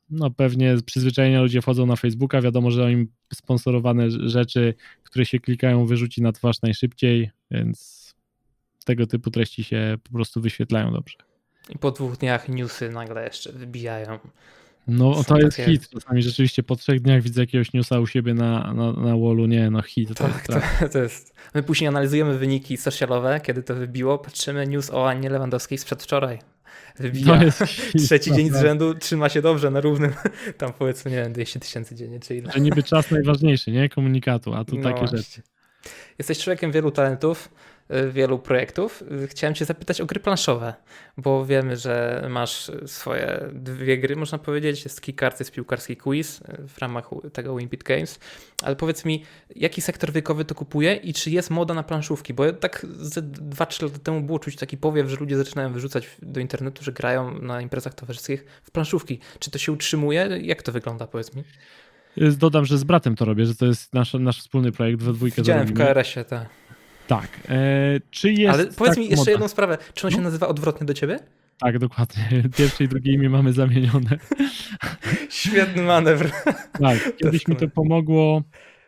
no pewnie przyzwyczajenia ludzie wchodzą na Facebooka, wiadomo, że im sponsorowane rzeczy, które się klikają, wyrzuci na twarz najszybciej, więc tego typu treści się po prostu wyświetlają dobrze. I po 2 dniach newsy nagle jeszcze wybijają. No Są to jest takie- hit, czasami rzeczywiście po 3 dniach widzę jakiegoś newsa u siebie na wallu, nie no hit. Tak, to jest. My później analizujemy wyniki socialowe, kiedy to wybiło, patrzymy news o Annie Lewandowskiej sprzed wczoraj. Wybija. To jest hit, Trzeci dzień z naprawdę. rzędu, trzyma się dobrze na równym, tam powiedzmy, nie wiem, 200 000 dziennie, czy ile. Że niby czas najważniejszy, nie? Komunikatu, a tu No takie właśnie. rzeczy. Jesteś człowiekiem wielu talentów, wielu projektów. Chciałem cię zapytać o gry planszowe, bo wiemy, że masz swoje 2 gry, można powiedzieć. Jest Kickart, jest piłkarski quiz w ramach tego Wimpit Games. Ale powiedz mi, jaki sektor wiekowy to kupuje i czy jest moda na planszówki? Bo tak ze 2-3 lata temu było czuć taki powiew, że ludzie zaczynają wyrzucać do internetu, że grają na imprezach towarzyskich w planszówki. Czy to się utrzymuje? Jak to wygląda, powiedz mi? Dodam, że z bratem to robię, że to jest nasz wspólny projekt, we dwójkę to Widziałem w robimy. KRS-ie, tak. Tak. Czy jest Ale powiedz mi jeszcze moda? jedną sprawę. Czy on się No. nazywa odwrotnie do ciebie? Tak, dokładnie. Pierwsze i drugie imię mamy zamienione. Świetny manewr. Tak, kiedyś mi to pomogło.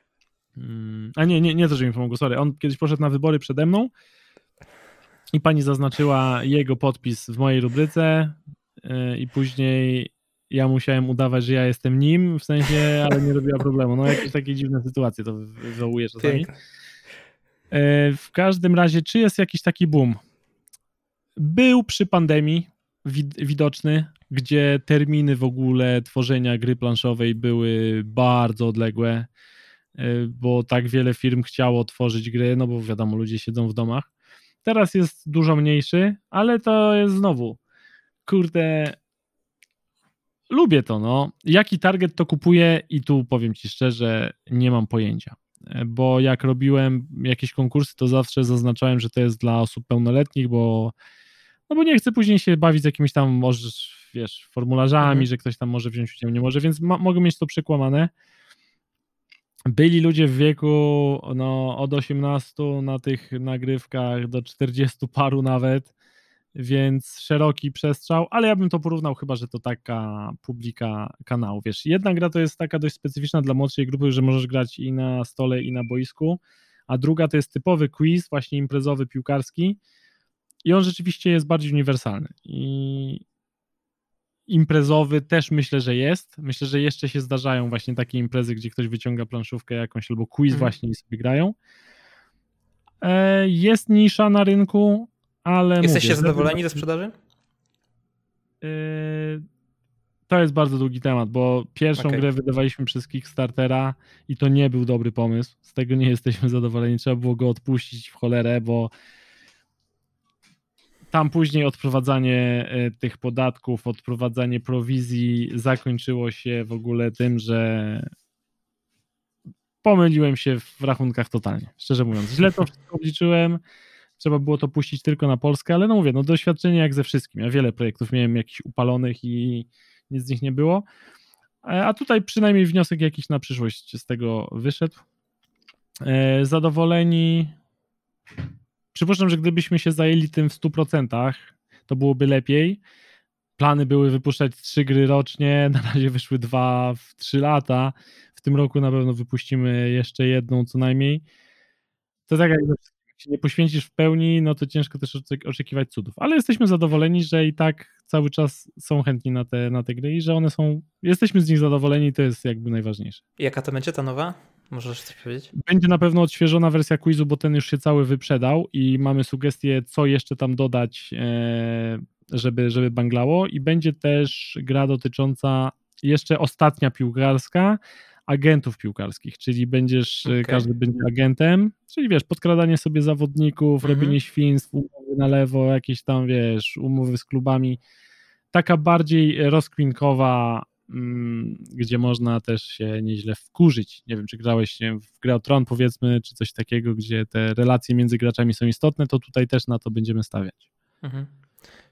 A nie to, że mi pomogło, sorry. On kiedyś poszedł na wybory przede mną i pani zaznaczyła jego podpis w mojej rubryce i później ja musiałem udawać, że ja jestem nim, w sensie, ale nie robiła problemu. No jakieś takie dziwne sytuacje to wywołuje czasami. Piękne. W każdym razie, czy jest jakiś taki boom? Był przy pandemii widoczny, gdzie terminy w ogóle tworzenia gry planszowej były bardzo odległe, bo tak wiele firm chciało tworzyć gry, no bo wiadomo, ludzie siedzą w domach. Teraz jest dużo mniejszy, ale to jest znowu, kurde, lubię to, no. Jaki target to kupuje i tu powiem ci szczerze, nie mam pojęcia, bo jak robiłem jakieś konkursy, to zawsze zaznaczałem, że to jest dla osób pełnoletnich, bo nie chcę później się bawić z jakimiś tam, może, wiesz, formularzami, że ktoś tam może wziąć udział, nie może, więc mogę mieć to przekłamane. Byli ludzie w wieku od 18 na tych nagrywkach do 40 paru nawet, więc szeroki przestrzał, ale ja bym to porównał chyba, że to taka publika kanału, wiesz. Jedna gra to jest taka dość specyficzna dla młodszej grupy, że możesz grać i na stole, i na boisku, a druga to jest typowy quiz, właśnie imprezowy, piłkarski i on rzeczywiście jest bardziej uniwersalny i imprezowy też myślę, że jest. Myślę, że jeszcze się zdarzają właśnie takie imprezy, gdzie ktoś wyciąga planszówkę jakąś albo quiz właśnie i sobie grają. Jest nisza na rynku, ale Jesteście mówię, zadowoleni ze sprzedaży? To jest bardzo długi temat, bo pierwszą Okej. grę wydawaliśmy przez Kickstartera i to nie był dobry pomysł. Z tego nie jesteśmy zadowoleni. Trzeba było go odpuścić w cholerę, bo tam później odprowadzanie tych podatków, odprowadzanie prowizji zakończyło się w ogóle tym, że pomyliłem się w rachunkach totalnie, szczerze mówiąc. Źle to wszystko obliczyłem, trzeba było to puścić tylko na Polskę, ale no mówię, no doświadczenie jak ze wszystkim. Ja wiele projektów miałem jakichś upalonych i nic z nich nie było, a tutaj przynajmniej wniosek jakiś na przyszłość z tego wyszedł. Zadowoleni. Przypuszczam, że gdybyśmy się zajęli tym w 100%, to byłoby lepiej. Plany były wypuszczać 3 gry rocznie, na razie wyszły 2 w 3 lata. W tym roku na pewno wypuścimy jeszcze jedną co najmniej. To tak jak się nie poświęcisz w pełni, no to ciężko też oczekiwać cudów. Ale jesteśmy zadowoleni, że i tak cały czas są chętni na te gry i że one są, jesteśmy z nich zadowoleni, to jest jakby najważniejsze. I jaka to będzie ta nowa? Możesz coś powiedzieć? Będzie na pewno odświeżona wersja quizu, bo ten już się cały wyprzedał i mamy sugestie, co jeszcze tam dodać, żeby banglało, i będzie też gra dotycząca jeszcze ostatnia piłkarska, agentów piłkarskich, czyli każdy będzie agentem, czyli wiesz, podkradanie sobie zawodników, robienie świństw, umowy na lewo, jakieś tam, wiesz, umowy z klubami, taka bardziej rozkminkowa, gdzie można też się nieźle wkurzyć. Nie wiem, czy grałeś w grę o Tron, powiedzmy, czy coś takiego, gdzie te relacje między graczami są istotne, to tutaj też na to będziemy stawiać.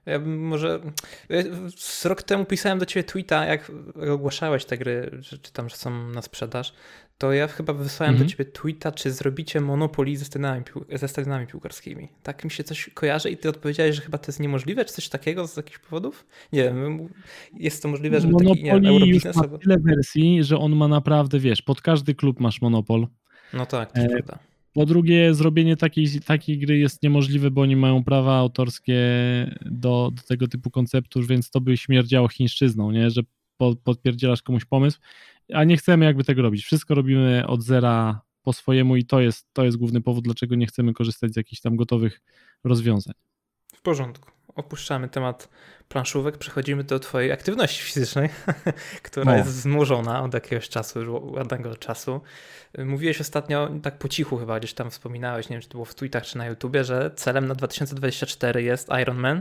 Ja bym może... Z rok temu pisałem do ciebie tweeta, jak ogłaszałeś te gry, czy tam, że są na sprzedaż, to ja chyba wysłałem do ciebie tweeta, czy zrobicie Monopoly ze stadionami piłkarskimi. Tak mi się coś kojarzy i ty odpowiedziałeś, że chyba to jest niemożliwe, czy coś takiego z jakichś powodów? Nie wiem, jest to możliwe, żeby taki, nie wiem, Monopoly już Eurobiznes... ma tyle wersji, że on ma naprawdę, wiesz, pod każdy klub masz monopol. No tak, to prawda. Po drugie, zrobienie takiej gry jest niemożliwe, bo oni mają prawa autorskie do tego typu konceptów, więc to by śmierdziało chińszczyzną, nie? Że podpierdzielasz komuś pomysł, a nie chcemy jakby tego robić. Wszystko robimy od zera po swojemu i to jest główny powód, dlaczego nie chcemy korzystać z jakichś tam gotowych rozwiązań. W porządku. Opuszczamy temat planszówek, przechodzimy do twojej aktywności fizycznej, która jest wzmożona od jakiegoś czasu, już ładnego czasu. Mówiłeś ostatnio, tak po cichu chyba gdzieś tam wspominałeś, nie wiem czy to było w tweetach czy na YouTubie, że celem na 2024 jest Ironman.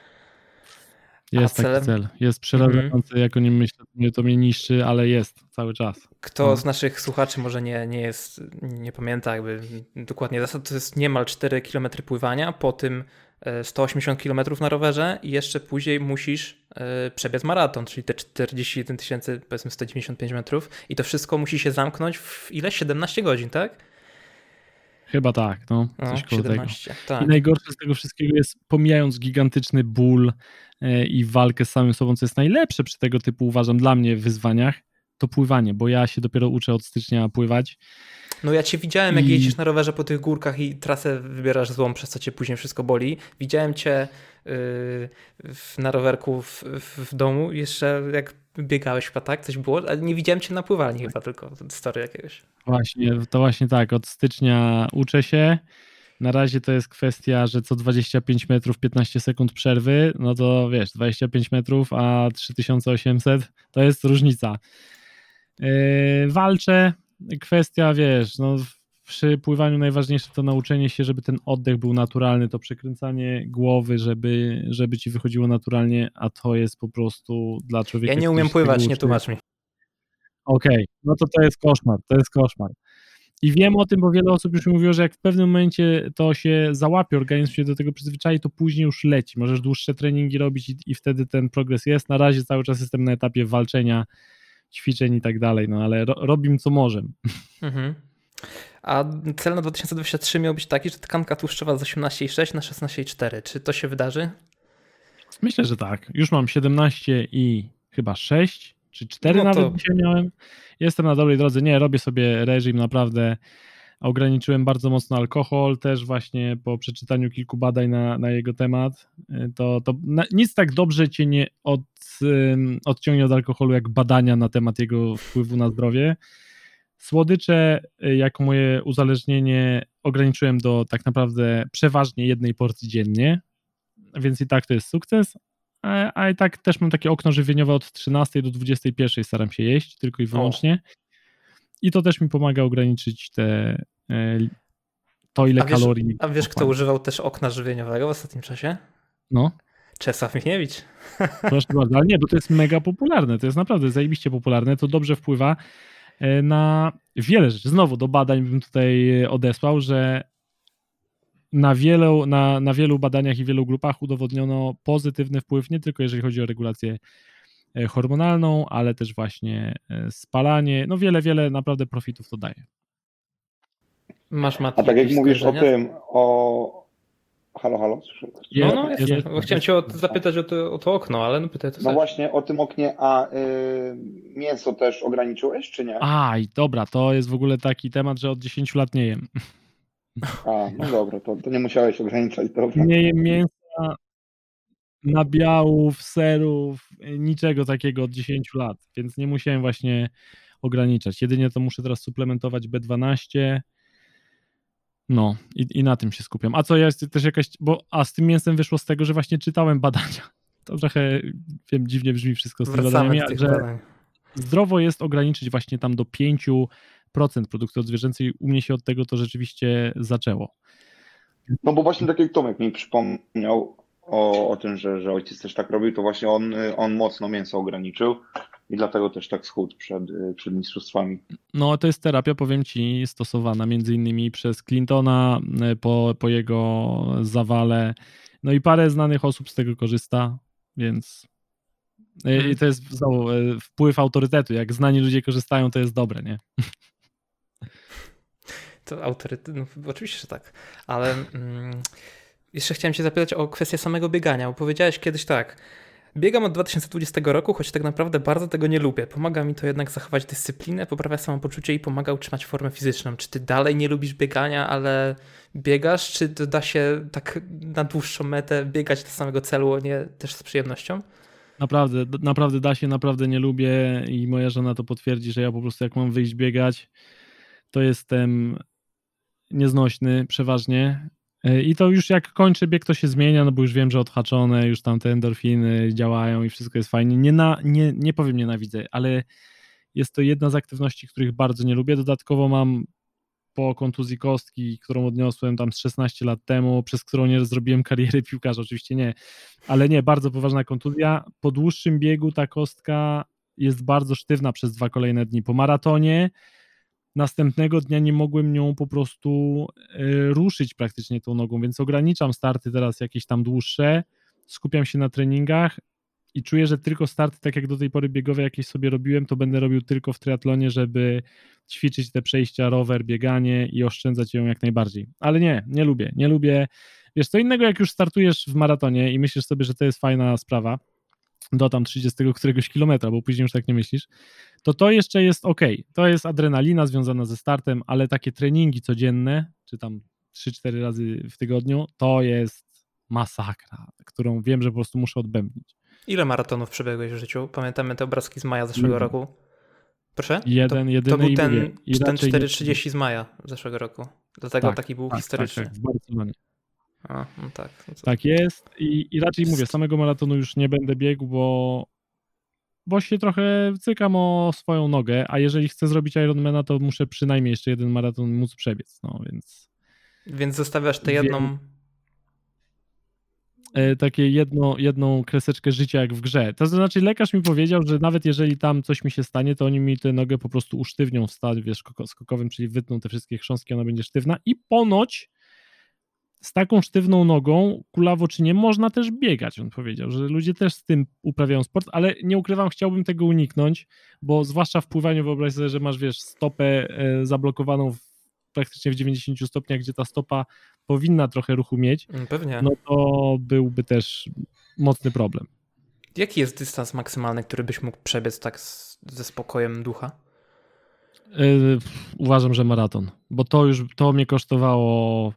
Jest taki cel. Jest przerażający, jak o nim myślę, to mnie niszczy, ale jest cały czas. Kto z naszych słuchaczy może nie pamięta jakby dokładnie zasad, to jest niemal 4 km pływania, po tym 180 km na rowerze i jeszcze później musisz przebiec maraton, czyli te 41 000, powiedzmy 195 metrów i to wszystko musi się zamknąć w ile? 17 godzin, tak? Chyba tak, coś koło 17, tego. tak. I najgorsze z tego wszystkiego jest, pomijając gigantyczny ból i walkę z samym sobą, co jest najlepsze przy tego typu, uważam, dla mnie wyzwaniach, to pływanie, bo ja się dopiero uczę od stycznia pływać. No ja cię widziałem, jak jeździsz na rowerze po tych górkach i trasę wybierasz złą, przez co cię później wszystko boli. Widziałem cię na rowerku w domu, jeszcze jak biegałeś chyba, tak? Coś było, ale nie widziałem cię na pływalni chyba, tylko story jakiegoś. Właśnie tak, od stycznia uczę się. Na razie to jest kwestia, że co 25 metrów 15 sekund przerwy, no to wiesz, 25 metrów, a 3800 to jest różnica. Walczę, kwestia, wiesz, przy pływaniu najważniejsze to nauczenie się, żeby ten oddech był naturalny, to przekręcanie głowy, żeby ci wychodziło naturalnie, a to jest po prostu dla człowieka... Ja nie umiem pływać, nie tłumacz mi. Okej, no to jest koszmar. I wiem o tym, bo wiele osób już mi mówiło, że jak w pewnym momencie to się załapie, organizm się do tego przyzwyczai, to później już leci. Możesz dłuższe treningi robić i wtedy ten progres jest. Na razie cały czas jestem na etapie walczenia, ćwiczeń i tak dalej, ale robimy co możemy. Mhm. A cel na 2023 miał być taki, że tkanka tłuszczowa z 18,6 na 16,4. Czy to się wydarzy? Myślę, że tak. Już mam 17 i chyba 6 czy 4 nawet dzisiaj miałem. Jestem na dobrej drodze. Nie, robię sobie reżim, naprawdę ograniczyłem bardzo mocno alkohol, też właśnie po przeczytaniu kilku badań na jego temat. Nic tak dobrze cię nie odciągnie od alkoholu, jak badania na temat jego wpływu na zdrowie. Słodycze, jako moje uzależnienie, ograniczyłem do tak naprawdę przeważnie 1 porcji dziennie, więc i tak to jest sukces. A i tak też mam takie okno żywieniowe od 13 do 21 staram się jeść, tylko i wyłącznie. I to też mi pomaga ograniczyć ile kalorii. A wiesz, kto używał też okna żywieniowego w ostatnim czasie? No. Czesław Michniewicz. Proszę bardzo, ale nie, bo to jest mega popularne, to jest naprawdę zajebiście popularne, to dobrze wpływa na wiele rzeczy. Znowu do badań bym tutaj odesłał, że na wielu badaniach i wielu grupach udowodniono pozytywny wpływ, nie tylko jeżeli chodzi o regulację hormonalną, ale też właśnie spalanie, wiele naprawdę profitów to daje. Masz, Mati, a tak jak mówisz o tym, Halo? Chciałem cię zapytać o to okno, ale pytaj to. No właśnie o tym oknie, a mięso też ograniczyłeś, czy nie? I dobra, to jest w ogóle taki temat, że od 10 lat nie jem. No dobra, to nie musiałeś ograniczać, dobra. Nie jem mięsa, nabiałów, serów, niczego takiego od 10 lat, więc nie musiałem właśnie ograniczać. Jedynie to muszę teraz suplementować B12, i na tym się skupiam. A co jest też jakaś, z tym mięsem wyszło z tego, że właśnie czytałem badania. To trochę, wiem, dziwnie brzmi wszystko z tymi badaniami, że zdrowo jest ograniczyć właśnie tam do 5% produkcji odzwierzęcej. U mnie się od tego to rzeczywiście zaczęło. No bo właśnie tak jak Tomek mi przypomniał o tym, że ojciec też tak robił, to właśnie on mocno mięso ograniczył i dlatego też tak schudł przed mistrzostwami. No to jest terapia, powiem ci, stosowana między innymi przez Clintona po jego zawale. No i parę znanych osób z tego korzysta, więc i to jest znowu wpływ autorytetu. Jak znani ludzie korzystają, to jest dobre, nie? To autorytet, no oczywiście, że tak, ale jeszcze chciałem cię zapytać o kwestię samego biegania, bo powiedziałeś kiedyś tak, biegam od 2020 roku, choć tak naprawdę bardzo tego nie lubię. Pomaga mi to jednak zachować dyscyplinę, poprawia samopoczucie i pomaga utrzymać formę fizyczną. Czy ty dalej nie lubisz biegania, ale biegasz, czy to da się tak na dłuższą metę biegać do samego celu, a nie też z przyjemnością? Naprawdę da się, naprawdę nie lubię i moja żona to potwierdzi, że ja po prostu jak mam wyjść biegać, to jestem nieznośny przeważnie i to już jak kończę bieg, to się zmienia, no bo już wiem, że odhaczone, już tam te endorfiny działają i wszystko jest fajnie. Nie powiem nienawidzę, ale jest to jedna z aktywności, których bardzo nie lubię. Dodatkowo mam po kontuzji kostki, którą odniosłem tam z 16 lat temu, przez którą nie zrobiłem kariery piłkarza, oczywiście nie, ale nie, bardzo poważna kontuzja. Po dłuższym biegu ta kostka jest bardzo sztywna przez 2 kolejne dni. Po maratonie następnego dnia nie mogłem nią po prostu ruszyć praktycznie tą nogą, więc ograniczam starty teraz jakieś tam dłuższe, skupiam się na treningach i czuję, że tylko starty, tak jak do tej pory biegowe jakieś sobie robiłem, to będę robił tylko w triatlonie, żeby ćwiczyć te przejścia, rower, bieganie i oszczędzać ją jak najbardziej. Ale nie lubię. Wiesz, co innego jak już startujesz w maratonie i myślisz sobie, że to jest fajna sprawa, do tam 30 któregoś kilometra, bo później już tak nie myślisz, to jeszcze jest okej. To jest adrenalina związana ze startem, ale takie treningi codzienne, czy tam 3-4 razy w tygodniu, to jest masakra, którą wiem, że po prostu muszę odbębnić. Ile maratonów przebiegłeś w życiu? Pamiętamy te obrazki z maja zeszłego roku. Proszę? Jedyny to był i ten, mówię, i ten raczej 4:30 z maja zeszłego roku. Dlatego tak, taki był tak, historyczny. Tak, w Barcelonie. A, no tak. No to... Tak jest i raczej mówię, samego maratonu już nie będę biegł, bo się trochę cykam o swoją nogę, a jeżeli chcę zrobić Ironmana, to muszę przynajmniej jeszcze jeden maraton móc przebiec, no więc... Więc zostawiasz tę jedną... Takie jedną kreseczkę życia jak w grze. To znaczy lekarz mi powiedział, że nawet jeżeli tam coś mi się stanie, to oni mi tę nogę po prostu usztywnią w stawie skokowym, czyli wytną te wszystkie chrząstki, ona będzie sztywna i ponoć z taką sztywną nogą, kulawo czy nie, można też biegać, on powiedział, że ludzie też z tym uprawiają sport, ale nie ukrywam, chciałbym tego uniknąć, bo zwłaszcza w pływaniu wyobraź sobie, że masz, wiesz, stopę zablokowaną praktycznie w 90 stopniach, gdzie ta stopa powinna trochę ruchu mieć, Pewnie. no to byłby też mocny problem. Jaki jest dystans maksymalny, który byś mógł przebiec tak ze spokojem ducha? Uważam, że maraton, bo to mnie kosztowało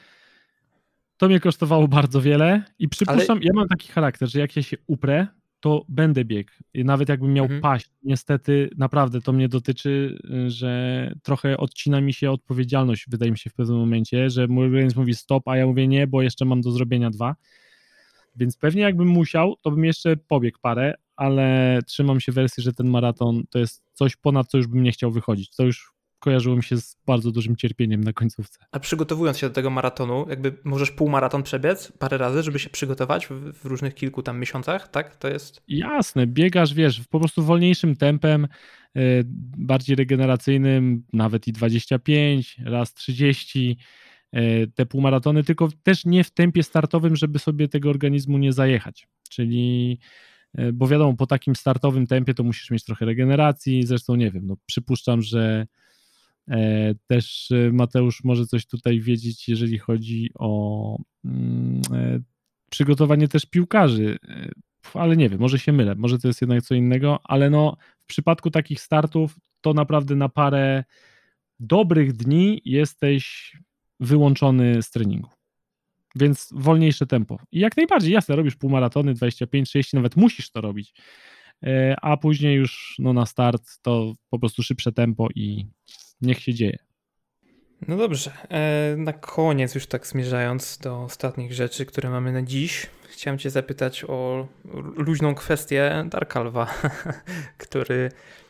bardzo wiele i przypuszczam, ja mam taki charakter, że jak ja się uprę, to będę biegł. I nawet jakbym miał paść, niestety naprawdę to mnie dotyczy, że trochę odcina mi się odpowiedzialność, wydaje mi się w pewnym momencie, że mój organizm mówi stop, a ja mówię nie, bo jeszcze mam do zrobienia 2. Więc pewnie jakbym musiał, to bym jeszcze pobiegł parę, ale trzymam się wersji, że ten maraton to jest coś ponad co już bym nie chciał wychodzić. To już kojarzyło mi się z bardzo dużym cierpieniem na końcówce. A przygotowując się do tego maratonu, jakby możesz półmaraton przebiec parę razy, żeby się przygotować w różnych kilku tam miesiącach, tak? To jest... Jasne, biegasz, wiesz, po prostu wolniejszym tempem, bardziej regeneracyjnym, nawet i 25, raz 30, te półmaratony, tylko też nie w tempie startowym, żeby sobie tego organizmu nie zajechać, czyli, bo wiadomo, po takim startowym tempie to musisz mieć trochę regeneracji, zresztą nie wiem, no przypuszczam, że też Mateusz może coś tutaj wiedzieć, jeżeli chodzi o przygotowanie też piłkarzy, ale nie wiem, może się mylę, może to jest jednak co innego, ale no w przypadku takich startów to naprawdę na parę dobrych dni jesteś wyłączony z treningu, więc wolniejsze tempo i jak najbardziej, jasne, robisz półmaratony, 25, 30, nawet musisz to robić, a później już no, na start to po prostu szybsze tempo i niech się dzieje. No dobrze, na koniec już tak zmierzając do ostatnich rzeczy, które mamy na dziś, chciałem cię zapytać o luźną kwestię Darkalwa, który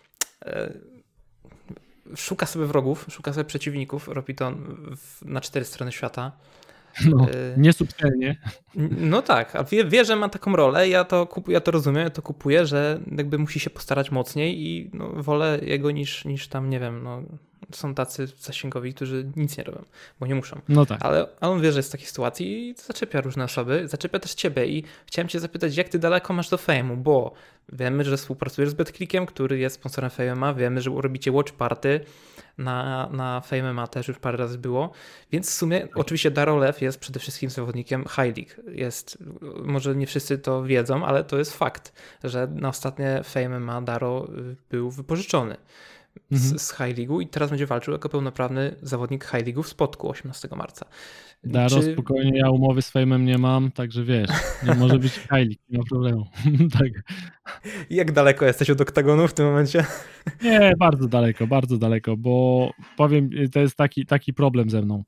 szuka sobie wrogów, szuka sobie przeciwników, robi to na 4 strony świata. No, niesubtelnie. No tak, a wie, że ma taką rolę, ja to rozumiem, ja to kupuję, że jakby musi się postarać mocniej i no, wolę jego niż tam, nie wiem, no, Są tacy zasięgowi, którzy nic nie robią, bo nie muszą. No tak. Ale on wie, że jest w takiej sytuacji i zaczepia różne osoby, zaczepia też ciebie i chciałem cię zapytać, jak ty daleko masz do Fame'u, bo wiemy, że współpracujesz z BetClickiem, który jest sponsorem Fame'a, wiemy, że robicie watch party na Fame'a też już parę razy było, więc w sumie oczywiście Daro Lew jest przede wszystkim zawodnikiem High League. Może nie wszyscy to wiedzą, ale to jest fakt, że na ostatnie Fame'a Daro był wypożyczony z High League'u i teraz będzie walczył jako pełnoprawny zawodnik High League'u w Spodku 18 marca. Daro, spokojnie, ja umowy z Fame'em nie mam, także wiesz, nie może być High League, nie ma problemu. Tak. Jak daleko jesteś od oktagonu w tym momencie? Nie, bardzo daleko, bo powiem, to jest taki problem ze mną.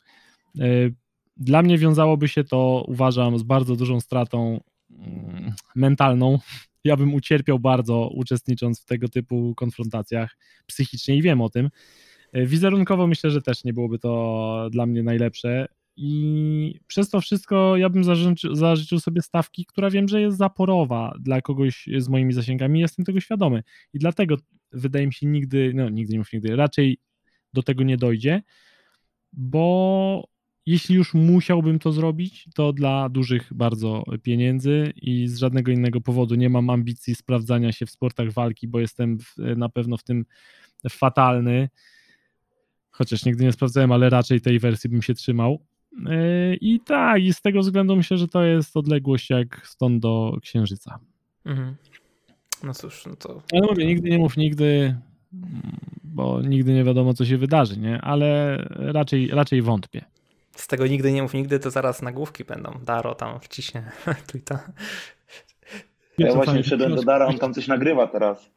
Dla mnie wiązałoby się to, uważam, z bardzo dużą stratą mentalną. Ja bym ucierpiał bardzo, uczestnicząc w tego typu konfrontacjach psychicznie i wiem o tym. Wizerunkowo myślę, że też nie byłoby to dla mnie najlepsze i przez to wszystko ja bym zażyczył sobie stawki, która wiem, że jest zaporowa dla kogoś z moimi zasięgami, jestem tego świadomy i dlatego wydaje mi się nigdy nie mów nigdy, raczej do tego nie dojdzie, bo jeśli już musiałbym to zrobić, to dla dużych bardzo pieniędzy i z żadnego innego powodu nie mam ambicji sprawdzania się w sportach walki, bo jestem na pewno w tym fatalny, chociaż nigdy nie sprawdzałem, ale raczej tej wersji bym się trzymał. I tak, i z tego względu myślę, że to jest odległość jak stąd do Księżyca. Mhm. No cóż, no to... Ale mówię, nigdy nie mów nigdy, bo nigdy nie wiadomo, co się wydarzy, nie? Ale raczej wątpię. Z tego nigdy nie mów nigdy, to zaraz nagłówki będą. Daro tam wciśnie tweeta. Ja właśnie wszedłem do Dara, on tam coś nagrywa teraz.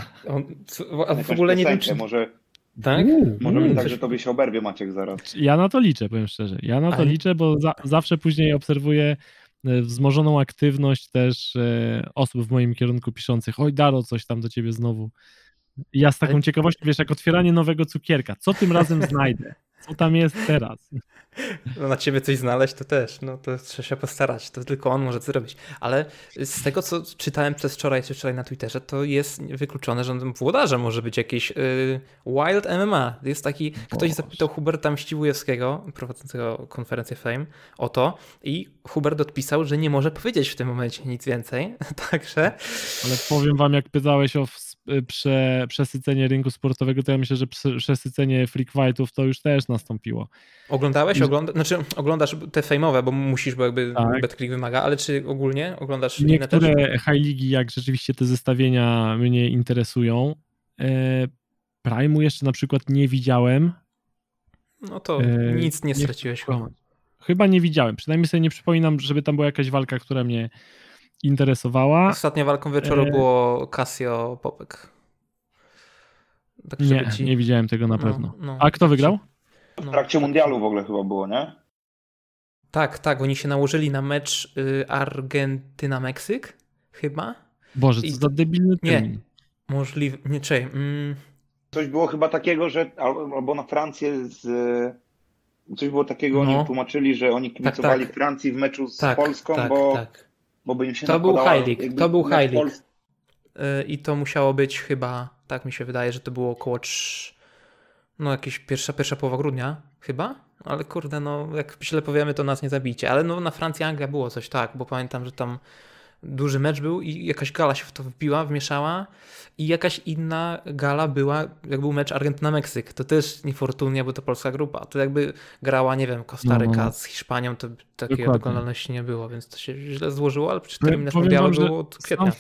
A w ogóle nie wiem, czy... Może... Tak? Może być tak, że tobie się oberwie, Maciek, zaraz. Ja na to liczę, powiem szczerze. To liczę, bo zawsze później obserwuję wzmożoną aktywność też osób w moim kierunku piszących: oj Daro, coś tam do ciebie znowu. Ja z taką ciekawością, wiesz, jak otwieranie nowego cukierka. Co tym razem znajdę? Co tam jest teraz? No na ciebie coś znaleźć to też, no to trzeba się postarać, to tylko on może to zrobić. Ale z tego, co czytałem przez wczoraj czy wczoraj na Twitterze, to jest wykluczone, że włodarzem może być jakiś Wild MMA. Jest taki, ktoś zapytał Huberta Mściwujewskiego, prowadzącego konferencję Fame, o to i Hubert odpisał, że nie może powiedzieć w tym momencie nic więcej, także... Ale powiem wam, jak pytałeś o przesycenie rynku sportowego, to ja myślę, że przesycenie freak fightów to już też nastąpiło. Oglądałeś? Oglądasz te fejmowe, bo musisz, bo jakby tak. BetClick wymaga, ale czy ogólnie oglądasz niektóre inne też? High Ligi, jak rzeczywiście te zestawienia mnie interesują. Prime'u jeszcze na przykład nie widziałem. No to nic nie straciłeś. Chyba nie widziałem, przynajmniej sobie nie przypominam, żeby tam była jakaś walka, która mnie interesowała. Ostatnią walką wieczoru było Casio Popek. Tak, nie widziałem tego na pewno. A kto wygrał? W trakcie mundialu w ogóle chyba było, nie? Tak, oni się nałożyli na mecz Argentyna-Meksyk chyba. Boże, co za debilny termin. Nie, możliwe, nie, czekaj. Coś było chyba takiego, że albo na Francję coś było takiego, oni tłumaczyli, że oni kibicowali Francji w meczu z Polską, bo by im się to był High League. To był High League. I to musiało być chyba, tak mi się wydaje, że to było około jakieś pierwsza połowa grudnia chyba, ale kurde, jak źle powiemy, to nas nie zabijcie, ale na Francja-Anglia było coś, tak, bo pamiętam, że tam duży mecz był i jakaś gala się w to wmieszała i jakaś inna gala była, jak był mecz Argentyna-Meksyk, to też niefortunnie, bo to polska grupa, to jakby grała, nie wiem, Kostaryka z Hiszpanią, to takiej oglądalności nie było, więc to się źle złożyło, ale przecież terminarz mundialu było od kwietnia.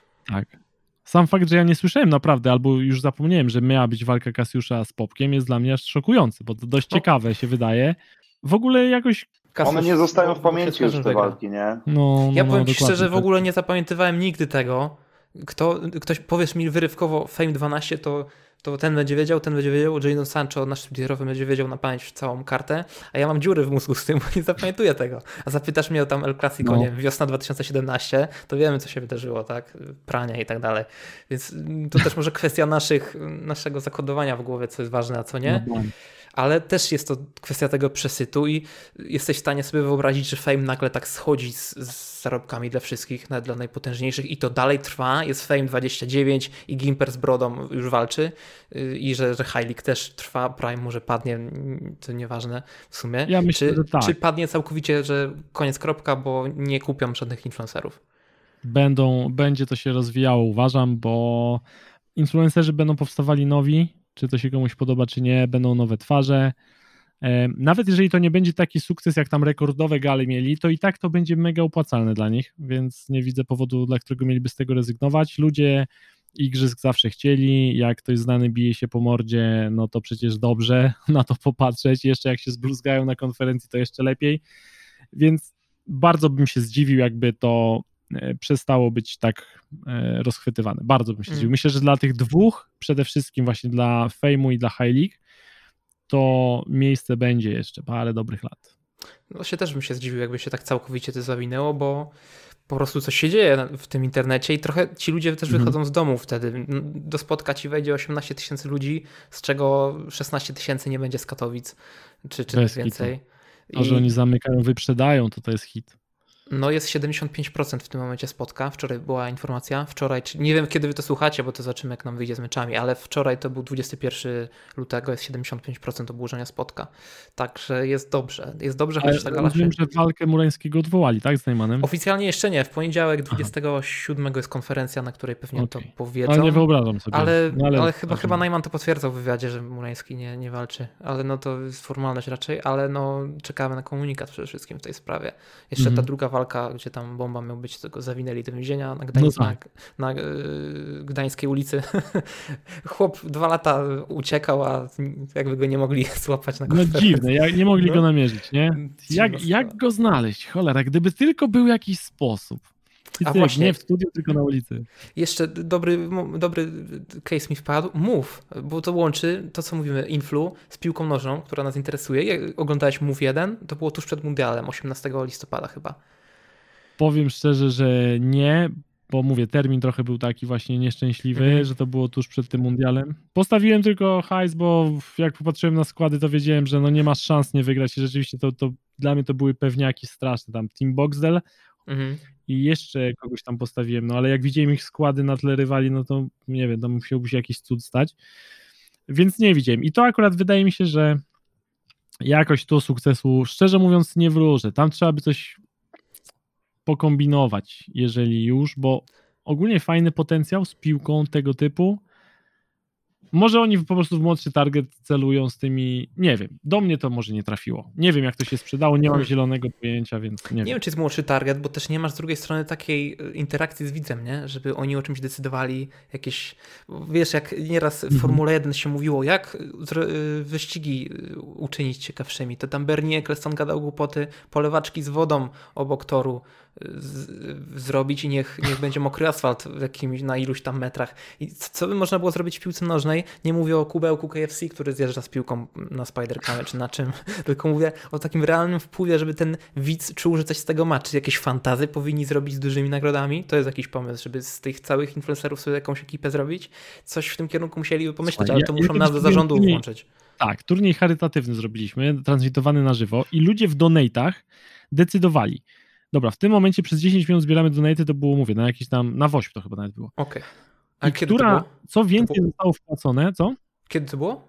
Sam fakt, że ja nie słyszałem naprawdę, albo już zapomniałem, że miała być walka Kasiusza z Popkiem, jest dla mnie aż szokujący, bo to dość ciekawe się wydaje. W W jakoś... One nie zostają w pamięci już te walki, nie? Ja powiem ci szczerze, w ogóle nie zapamiętywałem nigdy tego. Ktoś powiesz mi wyrywkowo Fame 12, to ten będzie wiedział, Jadon Sancho, nasz liderowy, będzie wiedział na pamięć całą kartę, a ja mam dziury w mózgu z tym, bo nie zapamiętuję tego. A zapytasz mnie o tam El Clasico, nie wiem, wiosna 2017, to wiemy, co się wydarzyło, tak? Prania i tak dalej. Więc to też może kwestia naszego zakodowania w głowie, co jest ważne, a co nie. ale też jest to kwestia tego przesytu i jesteś w stanie sobie wyobrazić, że Fame nagle tak schodzi z zarobkami dla wszystkich, nawet dla najpotężniejszych i to dalej trwa, jest Fame 29 i Gimper z brodą już walczy i że High League też trwa, Prime może padnie, to nieważne w sumie. Ja myślę, że tak. Czy padnie całkowicie, że koniec, kropka, bo nie kupią żadnych influencerów? Będzie to się rozwijało, uważam, bo influencerzy będą powstawali nowi, czy to się komuś podoba, czy nie, będą nowe twarze. Nawet jeżeli to nie będzie taki sukces, jak tam rekordowe gale mieli, to i tak to będzie mega opłacalne dla nich, więc nie widzę powodu, dla którego mieliby z tego rezygnować. Ludzie igrzysk zawsze chcieli, jak ktoś znany bije się po mordzie, no to przecież dobrze na to popatrzeć, jeszcze jak się zbluzgają na konferencji, to jeszcze lepiej, więc bardzo bym się zdziwił, jakby to przestało być tak rozchwytywane. Bardzo bym się zdziwił. Myślę, że dla tych dwóch, przede wszystkim właśnie dla Fame'u i dla High League, to miejsce będzie jeszcze parę dobrych lat. No się też bym się zdziwił, jakby się tak całkowicie to zawinęło, bo po prostu coś się dzieje w tym internecie i trochę ci ludzie też wychodzą z domu wtedy. Do spotka ci wejdzie 18 000 ludzi, z czego 16 000 nie będzie z Katowic, czy więcej. A że oni zamykają, wyprzedają, to jest hit. No jest 75% w tym momencie spotka. Wczoraj była informacja. Nie wiem kiedy wy to słuchacie, bo to zobaczymy jak nam wyjdzie z meczami, ale wczoraj to był 21 lutego, jest 75% obłożenia spotka. Także jest dobrze. Jest dobrze, chociaż ta gala wiem, że walkę Murańskiego odwołali, tak, z Neymanem? Oficjalnie jeszcze nie. W poniedziałek 27 jest konferencja, na której pewnie to powiedzą. Ale nie wyobrażam sobie. Ale chyba Neyman to potwierdzał w wywiadzie, że Murański nie walczy. Ale no to jest formalność raczej, ale no czekamy na komunikat przede wszystkim w tej sprawie. Jeszcze ta druga walka, gdzie tam bomba miał być, tylko zawinęli do więzienia na Gdańskiej ulicy. Chłop 2 lata uciekał, a jakby go nie mogli złapać na konferencji. No dziwne, nie mogli go namierzyć, nie? Jak go znaleźć? Cholera, gdyby tylko był jakiś sposób. Właśnie, nie w studiu, tylko na ulicy. Jeszcze dobry case mi wpadł. Move, bo to łączy to, co mówimy, influ z piłką nożną, która nas interesuje. Oglądałeś Move 1? To było tuż przed mundialem, 18 listopada chyba. Powiem szczerze, że nie, bo mówię, termin trochę był taki właśnie nieszczęśliwy, że to było tuż przed tym mundialem. Postawiłem tylko hajs, bo jak popatrzyłem na składy, to wiedziałem, że no nie masz szans nie wygrać i rzeczywiście to dla mnie to były pewniaki straszne, tam Team Boxdel i jeszcze kogoś tam postawiłem, no ale jak widziałem ich składy na tle rywali, no to nie wiem, tam musiałby się jakiś cud stać, więc nie widziałem i to akurat wydaje mi się, że jakoś tu sukcesu, szczerze mówiąc, nie wróżę, tam trzeba by coś pokombinować, jeżeli już, bo ogólnie fajny potencjał z piłką tego typu. Może oni po prostu w młodszy target celują z tymi, nie wiem, do mnie to może nie trafiło. Nie wiem jak to się sprzedało, nie mam zielonego pojęcia, więc nie wiem. Czy jest młodszy target, bo też nie masz z drugiej strony takiej interakcji z widzem, nie? Żeby oni o czymś decydowali, jakieś, wiesz, jak nieraz w Formule 1 się mówiło, jak wyścigi uczynić ciekawszymi, to tam Bernie Eccleston gadał głupoty, polewaczki z wodą obok toru zrobić i niech będzie mokry asfalt na iluś tam metrach. I co by można było zrobić w piłce nożnej? Nie mówię o kubełku KFC, który zjeżdża z piłką na Spider-Camie czy na czym, tylko mówię o takim realnym wpływie, żeby ten widz czuł, że coś z tego ma. Czy jakieś fantazy powinni zrobić z dużymi nagrodami? To jest jakiś pomysł, żeby z tych całych influencerów sobie jakąś ekipę zrobić? Coś w tym kierunku musieliby pomyśleć, ale to muszą nas do zarządu włączyć. Tak, turniej charytatywny zrobiliśmy, transmitowany na żywo i ludzie w donate'ach decydowali. Dobra, w tym momencie przez 10 minut zbieramy donaty, to było, mówię, na jakiś tam, na WOŚP to chyba nawet było. Okej. A kiedy to było? Co więcej zostało wpłacone, co? Kiedy to było?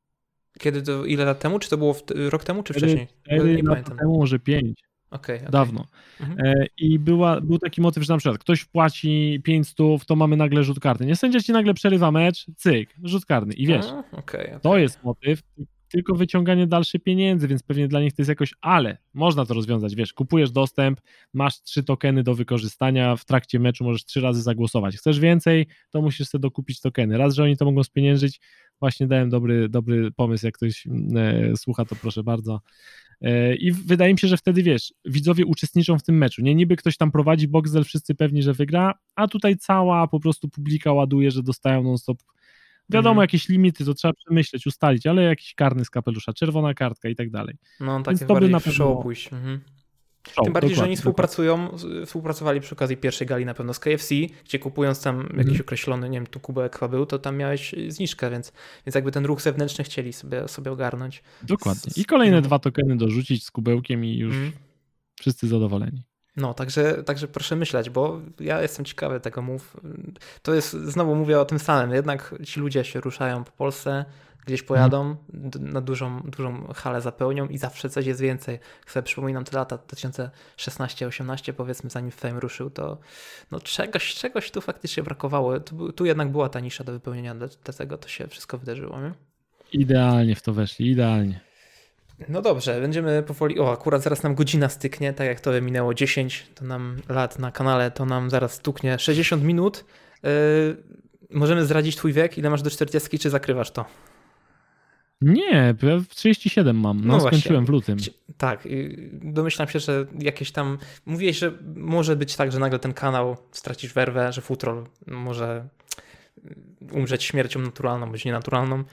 Ile lat temu? Czy to było rok temu, czy wcześniej? 4 lata temu, może 5. Okay. Dawno. I był taki motyw, że na przykład ktoś wpłaci 500, to mamy nagle rzut karny. Nie, sędzia ci nagle przerywa mecz, cyk, rzut karny. I wiesz, to jest motyw, tylko wyciąganie dalsze pieniędzy, więc pewnie dla nich to jest jakoś, ale można to rozwiązać, wiesz, kupujesz dostęp, masz 3 tokeny do wykorzystania, w trakcie meczu możesz 3 razy zagłosować. Chcesz więcej, to musisz sobie dokupić tokeny. Raz, że oni to mogą spieniężyć, właśnie dałem dobry pomysł, jak ktoś słucha, to proszę bardzo. I wydaje mi się, że wtedy, wiesz, widzowie uczestniczą w tym meczu, nie? Niby ktoś tam prowadzi Boxdel, wszyscy pewni, że wygra, a tutaj cała po prostu publika ładuje, że dostają non-stop. Wiadomo, jakieś limity, to trzeba przemyśleć, ustalić, ale jakiś karny z kapelusza, czerwona kartka i tak dalej. No, takie bardziej w show pójść. Tym bardziej, że oni współpracowali przy okazji pierwszej gali na pewno z KFC, gdzie kupując tam jakiś określony, nie wiem, tu kubełek chyba był, to tam miałeś zniżkę, więc jakby ten ruch zewnętrzny chcieli sobie ogarnąć. Dokładnie. I kolejne 2 tokeny dorzucić z kubełkiem i już wszyscy zadowoleni. No, także proszę myśleć, bo ja jestem ciekawy tego move. To jest, znowu mówię o tym samym, jednak ci ludzie się ruszają po Polsce, gdzieś pojadą, na dużą halę zapełnią i zawsze coś jest więcej. Jak sobie przypominam te lata 2016-18, powiedzmy, zanim Fame ruszył, to no czegoś tu faktycznie brakowało. Tu jednak była ta nisza do wypełnienia, dlatego to się wszystko wydarzyło. Nie? Idealnie w to weszli, idealnie. No dobrze, będziemy powoli, akurat zaraz nam godzina styknie, tak jak to minęło 10, to nam lat na kanale, to nam zaraz stuknie 60 minut. Możemy zdradzić twój wiek, ile masz do 40, czy zakrywasz to? Nie, 37 mam, no skończyłem w lutym. Tak, domyślam się, że jakieś tam, mówiłeś, że może być tak, że nagle ten kanał stracisz werwę, że Futrol może umrzeć śmiercią naturalną, bądź nienaturalną.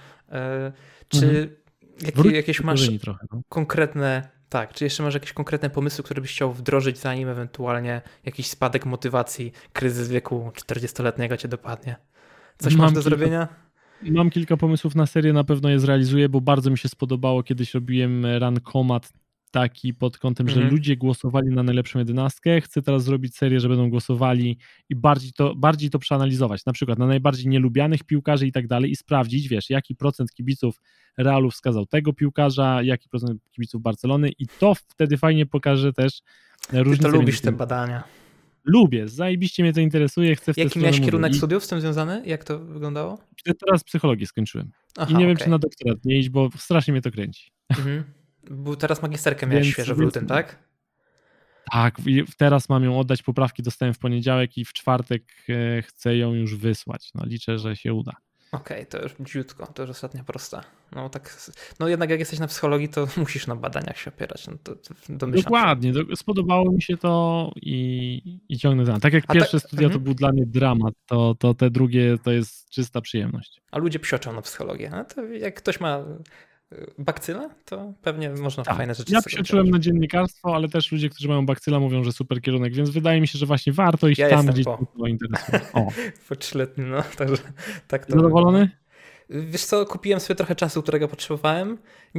Czy jakieś masz trochę, konkretne, czy jeszcze masz jakieś konkretne pomysły, które byś chciał wdrożyć, zanim ewentualnie jakiś spadek motywacji, kryzys wieku 40-letniego cię dopadnie? Coś masz do zrobienia? Mam kilka pomysłów na serię, na pewno je zrealizuję, bo bardzo mi się spodobało, kiedyś robiłem rankomat taki pod kątem, że ludzie głosowali na najlepszą 11. Chcę teraz zrobić serię, że będą głosowali i bardziej to przeanalizować, na przykład na najbardziej nielubianych piłkarzy i tak dalej i sprawdzić, jaki procent kibiców Realu wskazał tego piłkarza, jaki procent kibiców Barcelony i to wtedy fajnie pokaże też różnicę. Ty to lubisz te badania. Lubię, zajebiście mnie to interesuje. Chcę w Jaki miałeś kierunek studiów z tym związany? Jak to wyglądało? Teraz psychologię skończyłem. I nie wiem, czy na doktorat nie iść, bo strasznie mnie to kręci. Bo teraz magisterkę miałeś świeżo w lutym, tak? Tak, teraz mam ją oddać, poprawki dostałem w poniedziałek i w czwartek chcę ją już wysłać. No liczę, że się uda. Okej, to już bziutko, to już ostatnia prosta. No jednak jak jesteś na psychologii, to musisz na badaniach się opierać. No to domyślam Dokładnie, spodobało mi się to i ciągnę za. Tak jak pierwsze studia to był dla mnie dramat, to te drugie to jest czysta przyjemność. A ludzie psioczą na psychologię. A to jak ktoś ma bakcylę, to pewnie można fajne rzeczy Ja psioczyłem na dziennikarstwo, ale też ludzie, którzy mają bakcyla, mówią, że super kierunek, więc wydaje mi się, że właśnie warto iść tam, gdzie cię to interesuje. Po 3-letnim, no. Także, tak to zadowolony? Wiesz co, kupiłem sobie trochę czasu, którego potrzebowałem.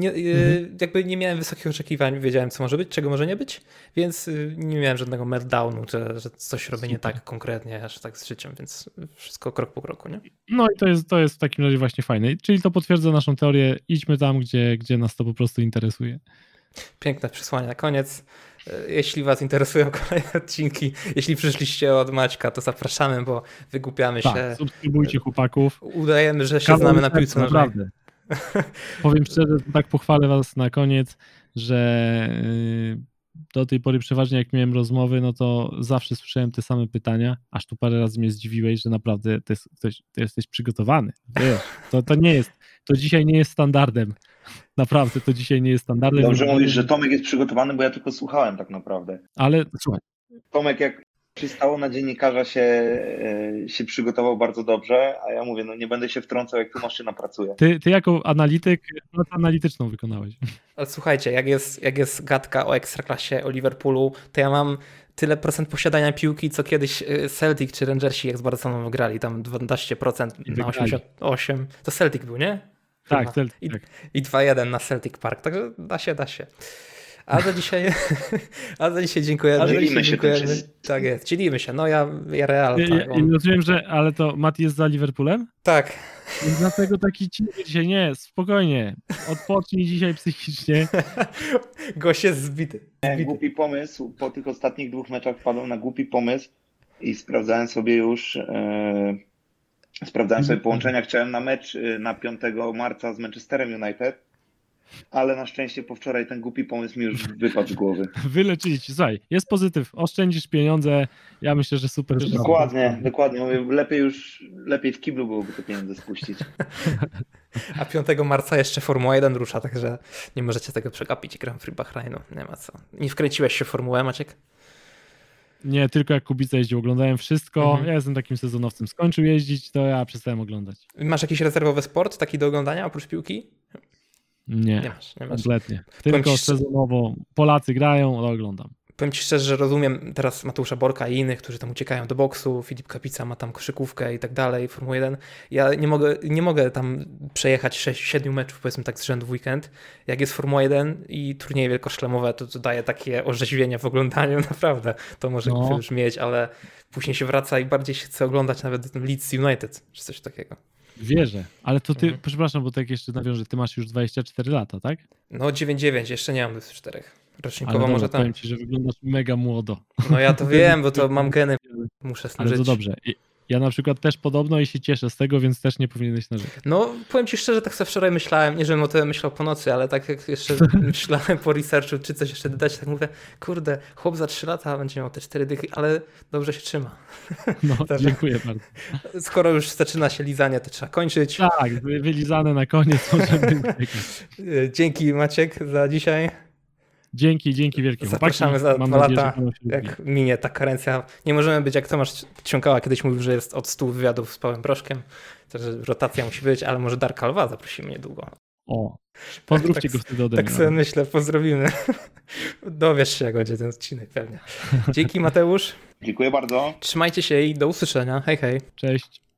Jakby nie miałem wysokich oczekiwań, wiedziałem, co może być, czego może nie być, więc nie miałem żadnego meltdownu, że coś robię nie tak konkretnie, aż tak z życiem, więc wszystko krok po kroku, nie? No i to jest w takim razie właśnie fajne. Czyli to potwierdza naszą teorię, idźmy tam, gdzie nas to po prostu interesuje. Piękne przesłanie na koniec. Jeśli was interesują kolejne odcinki, jeśli przyszliście od Maćka, to zapraszamy, bo wygłupiamy się. Subskrybujcie chłopaków. Udajemy, że się znamy na piłce nożnej. Naprawdę. Powiem szczerze, tak pochwalę was na koniec, że do tej pory przeważnie jak miałem rozmowy, no to zawsze słyszałem te same pytania, aż tu parę razy mnie zdziwiłeś, że naprawdę ty jesteś przygotowany. Wiesz, to nie jest, to dzisiaj nie jest standardem. Naprawdę, to dzisiaj nie jest standardem. Dobrze mówisz, że Tomek jest przygotowany, bo ja tylko słuchałem tak naprawdę. Ale słuchaj. Tomek, jak się stało na dziennikarza, się przygotował bardzo dobrze, a ja mówię, no nie będę się wtrącał, jak tu maszyna pracuje. Ty jako analityk pracę analityczną wykonałeś. Ale słuchajcie, jak jest gadka o Ekstraklasie, o Liverpoolu, to ja mam tyle procent posiadania piłki, co kiedyś Celtic czy Rangersi, jak z Barceloną wygrali, tam 12% na 88%. To Celtic był, nie? Tak, Celtic. I 2-1 na Celtic Park, także da się. A za dzisiaj dziękujemy. Dzielimy się tym. Tak jest, dzielimy się. No ja Real. Rozumiem, że ale to Mati jest za Liverpoolem? Tak. I dlatego taki cichy dzisiaj. Nie, spokojnie. Odpocznij dzisiaj psychicznie. Gość jest zbity. Głupi pomysł. Po tych ostatnich 2 meczach wpadłem na głupi pomysł i sprawdzałem sobie połączenia. Chciałem na mecz na 5 marca z Manchesterem United. Ale na szczęście po wczoraj ten głupi pomysł mi już wypadł z głowy. Wyleczyli ci, słuchaj, jest pozytyw, oszczędzisz pieniądze, ja myślę, że super. Dokładnie, mówię, lepiej w kiblu byłoby te pieniądze spuścić. A 5 marca jeszcze Formuła 1 rusza, także nie możecie tego przegapić, Grand Prix Bahrainu, nie ma co. Nie wkręciłeś się w Formułę, Maciek? Nie, tylko jak Kubica jeździł, oglądałem wszystko, ja jestem takim sezonowcem, skończył jeździć, to ja przestałem oglądać. Masz jakiś rezerwowy sport, taki do oglądania oprócz piłki? Nie masz. Kompletnie. Tylko sezonowo Polacy grają, ale oglądam. powiem ci szczerze, że rozumiem teraz Mateusza Borka i innych, którzy tam uciekają do boksu, Filip Kapica ma tam koszykówkę i tak dalej, Formuła 1. Ja nie mogę tam przejechać 6-7 meczów, powiedzmy tak z rzędu w weekend. Jak jest Formuła 1 i turnieje wielkoszlemowe, to daje takie orzeźwienie w oglądaniu, naprawdę. To może już mieć, ale później się wraca i bardziej się chce oglądać nawet Leeds United, czy coś takiego. Wierzę, ale to ty, przepraszam, bo tak jeszcze nawiążę, ty masz już 24 lata, tak? No 9-9, jeszcze nie mam 24. Rocznikowo ale może tam. Powiem ci, że wyglądasz mega młodo. No ja to wiem, bo to mam geny, muszę z tym Ale żyć. to dobrze. Ja na przykład też podobno i się cieszę z tego, więc też nie powinieneś narzekać. No powiem ci szczerze, tak sobie wczoraj myślałem, nie żebym o tym myślał po nocy, ale tak jak jeszcze myślałem po researchu, czy coś jeszcze dodać, tak mówię, kurde, chłop za 3 lata będzie miał te 4 dychy, ale dobrze się trzyma. No, dziękuję bardzo. Skoro już zaczyna się lizanie, to trzeba kończyć. Tak, wylizane na koniec możemy. Dzięki Maciek za dzisiaj. Dzięki wielkie. Zapraszamy za 2 lata, jak jak minie ta karencja. Nie możemy być jak Tomasz Ciąkała kiedyś mówił, że jest od 100 wywiadów z Pawłem Proszkiem. Także rotacja musi być, ale może Darka Lwa zaprosimy niedługo. O, pozdrówcie go wtedy ode mnie. Tak sobie myślę, pozdrowimy. Dowiesz się, jak będzie ten odcinek pewnie. Dzięki Mateusz. Dziękuję bardzo. Trzymajcie się i do usłyszenia. Hej, hej. Cześć.